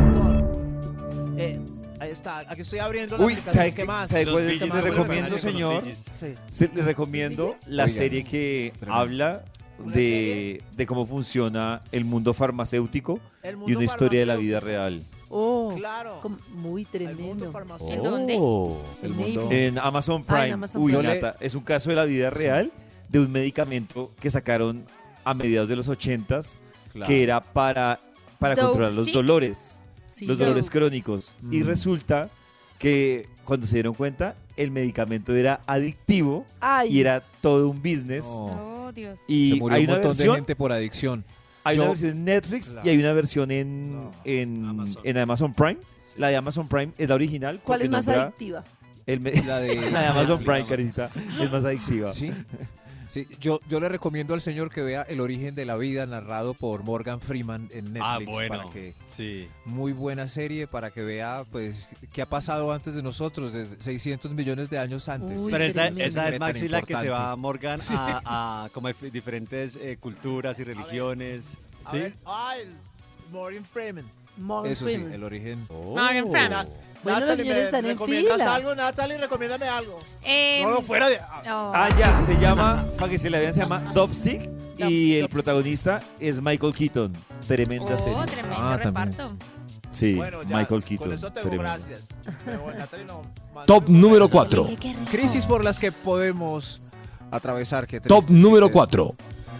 Actor. Eh, ahí está. Aquí estoy abriendo la Uy, aplicación. ¿sabe ¿Qué qué- más? sabe Los cuál es Bee que Gees, le buenos recomiendo, canales con los señor? Bee Gees. Sí. Se- le recomiendo la Oigan, serie que tremendo. habla ¿Una de, serie? de cómo funciona el mundo farmacéutico El y mundo una historia de la farmacéutico. vida real. Oh, Claro. com- muy El mundo tremendo. farmacéutico. ¿En dónde? El En mundo. En Amazon Prime. Ah, en Amazon Uy, Prime. Nata, es un caso de la vida real de un medicamento que sacaron a mediados de los ochentas Claro. que era para, para Dope controlar los Sick. dolores, Sí, los yo- dolores crónicos. Y Mm. resulta que cuando se dieron cuenta, el medicamento era adictivo Ay, y era todo un business. No. Oh, Dios. Y Se murió hay un una montón de versión, gente por adicción. hay Yo- una versión en Netflix Claro. y hay una versión en, No. en, Amazon. en Amazon Prime. La de Amazon Prime es la original. ¿cuál porque es más nombra adictiva? el me- La de, la de Amazon Netflix. Prime, Karencita, es más adictiva. Sí. Sí, yo, yo le recomiendo al señor que vea El origen de la vida narrado por Morgan Freeman en Netflix. Ah, bueno. Para que, Sí. muy buena serie para que vea pues qué ha pasado antes de nosotros, desde seiscientos millones de años antes. Uy, Pero esa, tremendo. esa es Tan Maxi la que se importante. va, Morgan, a, a como dif- diferentes eh, culturas y religiones. A ¿Sí? ver, ah, el Morgan Freeman. Morgan Eso sí, Freeman. el origen. Morgan Freeman. Bueno, los Natalie, señores ¿me están en recomiendas fila. algo, Natalie? Recomiéndame algo. Eh, No, no, fuera de... oh. Ah, ya, se llama, para que se la vean, se llama Dopsic Dopsic, y el Dopsic. protagonista es Michael Keaton. Tremenda Oh, serie. tremendo Ah, también. reparto. Sí, Bueno, ya, Michael con Keaton. eso tengo, tremendo. gracias. Pero bueno, Natalie no... más Top recomienda. número cuatro. Qué rico. Crisis por las que podemos atravesar. Qué Top triste, número sí, cuatro.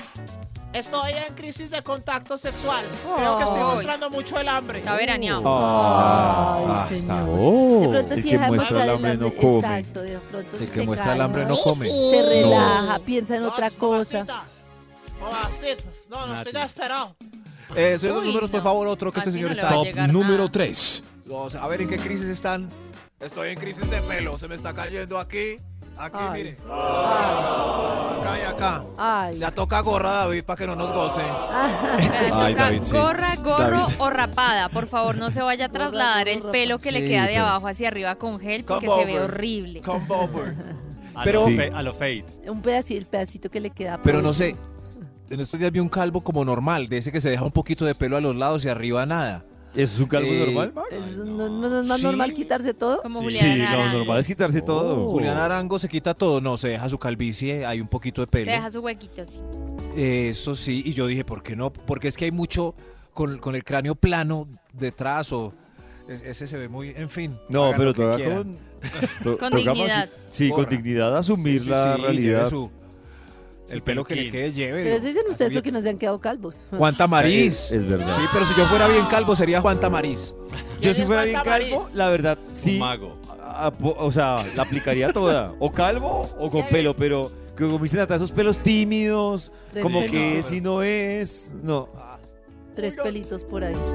Estoy en crisis de contacto sexual. Creo que estoy Ay. mostrando mucho el hambre. Está veraneado. Ah, Ay, está. señor. De pronto El si que deja de muestra mostrar el hambre no come. Exacto, de pronto El se que muestra el calma, hambre no come. se relaja, piensa en No, otra cosa. mamacita. Mamacita. No, no, estoy Nati. desesperado. Eh, señor de Uy, los números, por no. favor, otro que este Así señor no le está. va a Top llegar número nada. tres. Vamos a ver en qué crisis están. Estoy en crisis de pelo. Se me está cayendo aquí. Aquí, Ay. mire. Acá y acá. Ay. Ya toca gorra, David, para que no nos goce. Me Ay, toca David, sí. gorra, gorro David. o rapada. Por favor, no se vaya a Gorra, trasladar el gorro, pelo que le Sí, queda de pero- abajo hacia arriba con gel porque Come se ve over. horrible. Come over. A Pero- lo, Sí. fe- a lo fade. Un pedacito, el pedacito que le queda. Pero por no último. sé, en estos días vi un calvo como normal, de ese que se deja un poquito de pelo a los lados y arriba nada. ¿Eso es un calvo Eh, normal, Max? ¿Es, no, no- no es más Sí. normal quitarse todo? Como Sí, Julián Sí, lo Arango. normal es quitarse todo. Julián Arango se quita todo, no, se deja su calvicie, hay un poquito de Se pelo. deja su huequito, sí. Eso sí, y yo dije, ¿por qué no? Porque es que hay mucho con, con el cráneo plano detrás o es- ese se ve muy, en fin. No, hagan pero lo que toca quieran. con... to- Con toca dignidad. más- Sí, con Gorra. dignidad asumir Sí, sí, la sí, realidad. lleve su- el Su pelo que le peluquín. quede lleve. Pero eso dicen ustedes porque no se han quedado calvos. Juan Tamariz. Es, es verdad. Sí, pero si yo fuera bien calvo sería Juan Tamariz. Yo si es fuera Juan bien Tamariz? calvo, la verdad, sí. Un mago. a- po- o sea, la aplicaría toda. O calvo o con ¿Quién pelo, es? pero que como dice Nata, esos pelos tímidos, Tres como pelitos. que es y no es. No. Tres pelitos por ahí.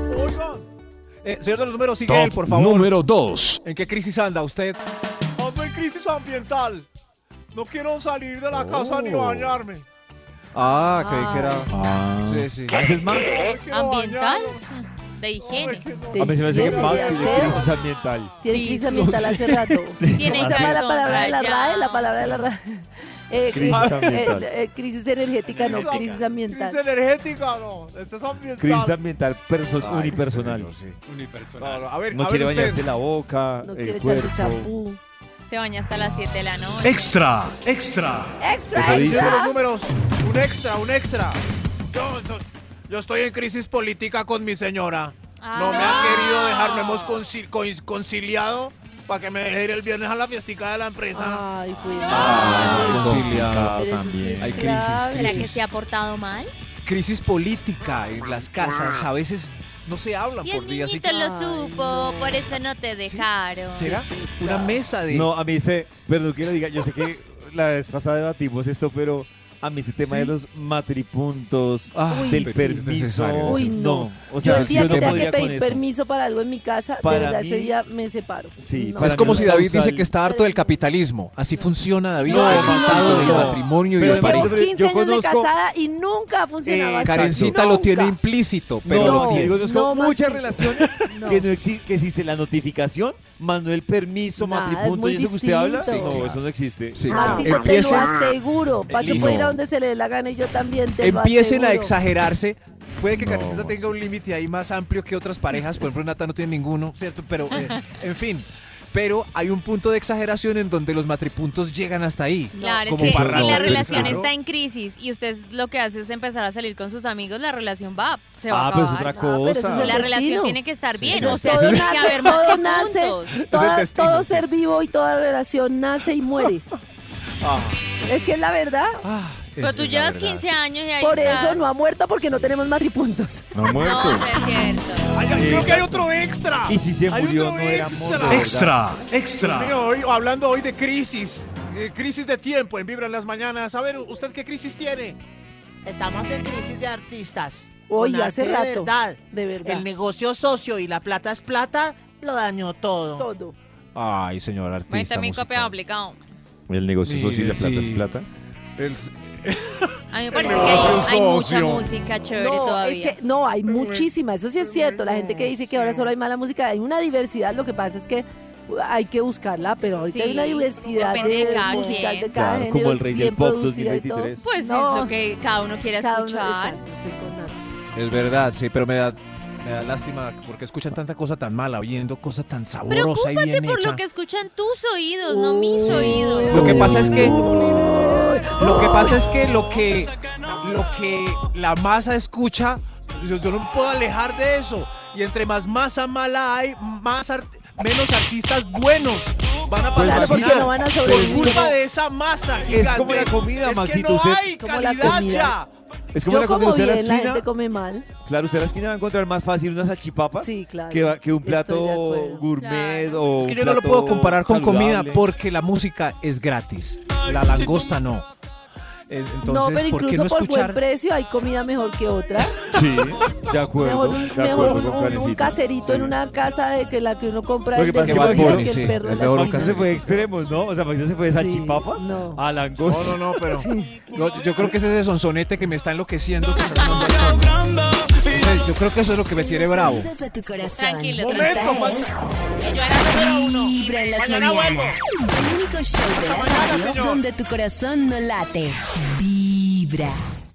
Eh, señor de los números, sigue Top él, por favor. número dos. ¿En qué crisis anda usted? Ando en crisis ambiental. No quiero salir de la casa ni Oh. bañarme. Ah, creí Ah. que era. Ah. Sí, sí. ¿Haces más? No quiero ¿Ambiental? bañarme. De higiene. ¿De A mí se me hace que higiene, Max de tiene aseo? crisis ambiental. Tiene Sí, crisis sí. ambiental hace rato. Tiene ¿Cómo se llama la calzón palabra de la rayado. RAE? La palabra de la RAE. Eh, Crisis eh, ambiental. eh, eh, crisis energética, no, crisis Crisis ambiental. energética, no. Esto es ambiental. Crisis ambiental perso- Ay, unipersonal. sí, señor, No, no, a ver, No a quiere ver usted. bañarse la boca, No el quiere echarse cuerpo. champú. Se baña hasta las siete de la noche. Extra, extra. Extra, Eso dice. Señor de los extra. números, un extra, un extra. Yo, yo, yo estoy en crisis política con mi señora. Ah, no, me no. ha querido dejar, no hemos conci- coin- conciliado para que me deje ir el viernes a la fiestica de la empresa. Ay, pues. Ah, Ay, conciliado. Pero eso sí también. es Hay crisis, grave. ¿Será que crisis. se ha portado mal? Crisis política en las casas. A veces no se hablan Y por el días. niñito lo Ay, supo, no. por eso no te dejaron. ¿Será? Qué Una pesado. mesa de. No, a mí se, perdón que lo diga, yo sé que la vez pasada debatimos esto, pero a mí ese tema ¿Sí? de los matripuntos, Ay, del pero permiso, es necesario. Uy, no. o Yo sea, el día yo que no tenga que podría con pedir eso. permiso para algo en mi casa, de Para verdad mí- ese día me separo. Sí, No. para Es como mí si es David dice causal. que está harto del capitalismo. Así funciona, David. No, el así no estado del funciona. matrimonio y Pero el Yo Marido, llevo pero quince yo años de conozco- casada y nunca ha funcionado Eh, así. Karencita lo Nunca. tiene implícito, pero no, lo no, tiene. yo conozco No, muchas Maxito. relaciones No. que no exi- que existe la notificación, más no el permiso, Nada, es matripunto muy y eso que usted habla. distinto. No, Sí, claro. eso no existe. Sí, Maxito, claro. te lo Empiecen- aseguro. Pacho Y puede ir no. a donde se le dé la gana y yo también te lo Empiecen a aseguro. exagerarse. Puede que No, Karencita tenga un límite ahí más amplio que otras parejas. Por ejemplo, Nata no tiene ninguno, ¿cierto? Pero, eh, en fin. Pero hay un punto de exageración en donde los matripuntos llegan hasta ahí. Claro, es Como que para si la no- relación claro. está en crisis y usted lo que hace es empezar a salir con sus amigos, la relación va, se va Ah, a pero es acabar. otra Ah, pero eso cosa. es el La relación destino. tiene que estar Sí, bien, sí, o sí. sea, Todo tiene que nace, haber más todo nace, puntos. toda- destino, todo sí. ser vivo y toda relación nace y muere. Ah, Es que es la verdad. ah, Pero es- tú es la llevas verdad. quince años y ahí Por estás. eso no ha muerto porque no tenemos matripuntos. No ha muerto. No, no es cierto. Ay, ay, creo que hay otro extra. Y si se Hay murió, otro no era amor. extra. de Extra, Dios extra. mío, hoy- hablando hoy de crisis, eh, crisis de tiempo en Vibra en las mañanas. A ver, ¿usted qué crisis tiene? Estamos en crisis de artistas. Oye, Con hace arte de rato. verdad. De verdad. El negocio socio y la plata es plata lo dañó todo. Todo. Ay, señor artista. Bueno, también musical. copia aplicado. El negocio socio y la plata Sí. es plata. El- A mí me parece El que hay, negocio hay mucha socio. música chévere No, todavía. es que no, hay muchísima, eso sí es cierto. La gente que dice que ahora solo hay mala música, hay una diversidad, lo que pasa es que hay que buscarla, pero ahorita Sí, hay una diversidad depende de de cada musical quien. de cada Claro, género, como el rey del bien pop producida y todo. dos mil veintitrés. Pues No. es lo que cada uno quiere Cada uno- escuchar. exacto, estoy con nada. Es verdad, sí, pero me da, me da lástima porque escuchan tanta cosa tan mala, oyendo cosa tan sabrosa y Preocúpate bien por hecha. lo que escuchan tus oídos, no mis oídos. Lo que pasa es que lo que pasa es que lo que lo que la masa escucha, yo, yo no me puedo alejar de eso. Y entre más masa mala hay, más art- menos artistas buenos van a Claro, porque patrocinar. no van a Por sobrevivir. culpa de esa masa gigante. Es como la comida, Es que Maxito. no usted, hay Como la calidad comida. ya. es como Yo la comida. como Usted a la bien, la esquina, gente come mal. claro, usted a la esquina va a encontrar más fácil unas salchipapas Sí, claro. que, va- que un Estoy de plato acuerdo. gourmet Claro. o Es que un yo no lo plato puedo comparar con comida saludable. porque la música es gratis. La langosta no. Eh, Entonces, no, pero ¿por qué incluso no por escuchar? buen precio hay comida mejor que otra. Sí, de acuerdo. Mejor, un- de mejor acuerdo un, con un- un Karencita. caserito Sí. en una casa de que la que uno compra Lo es que del pasa es que Bad vecino, Bunny, que sí, el perro es de de la oro Maxito esquina. se fue de extremos, ¿no? O sea, Maxito se fue de Sí, salchipapas no. a langosta. No, no, no, pero Sí. yo, yo creo que es ese sonsonete que me está enloqueciendo. Que está sonando al fondo. O sea, yo creo que eso es lo que me tiene bravo. Sonidos de tu corazón. Tranquilo, Esta tranquilo. es Que yo era número uno. Vibra en las Mañana mañanas. El único show de la Hasta mañana, radio señor. donde tu corazón no late. Vibra.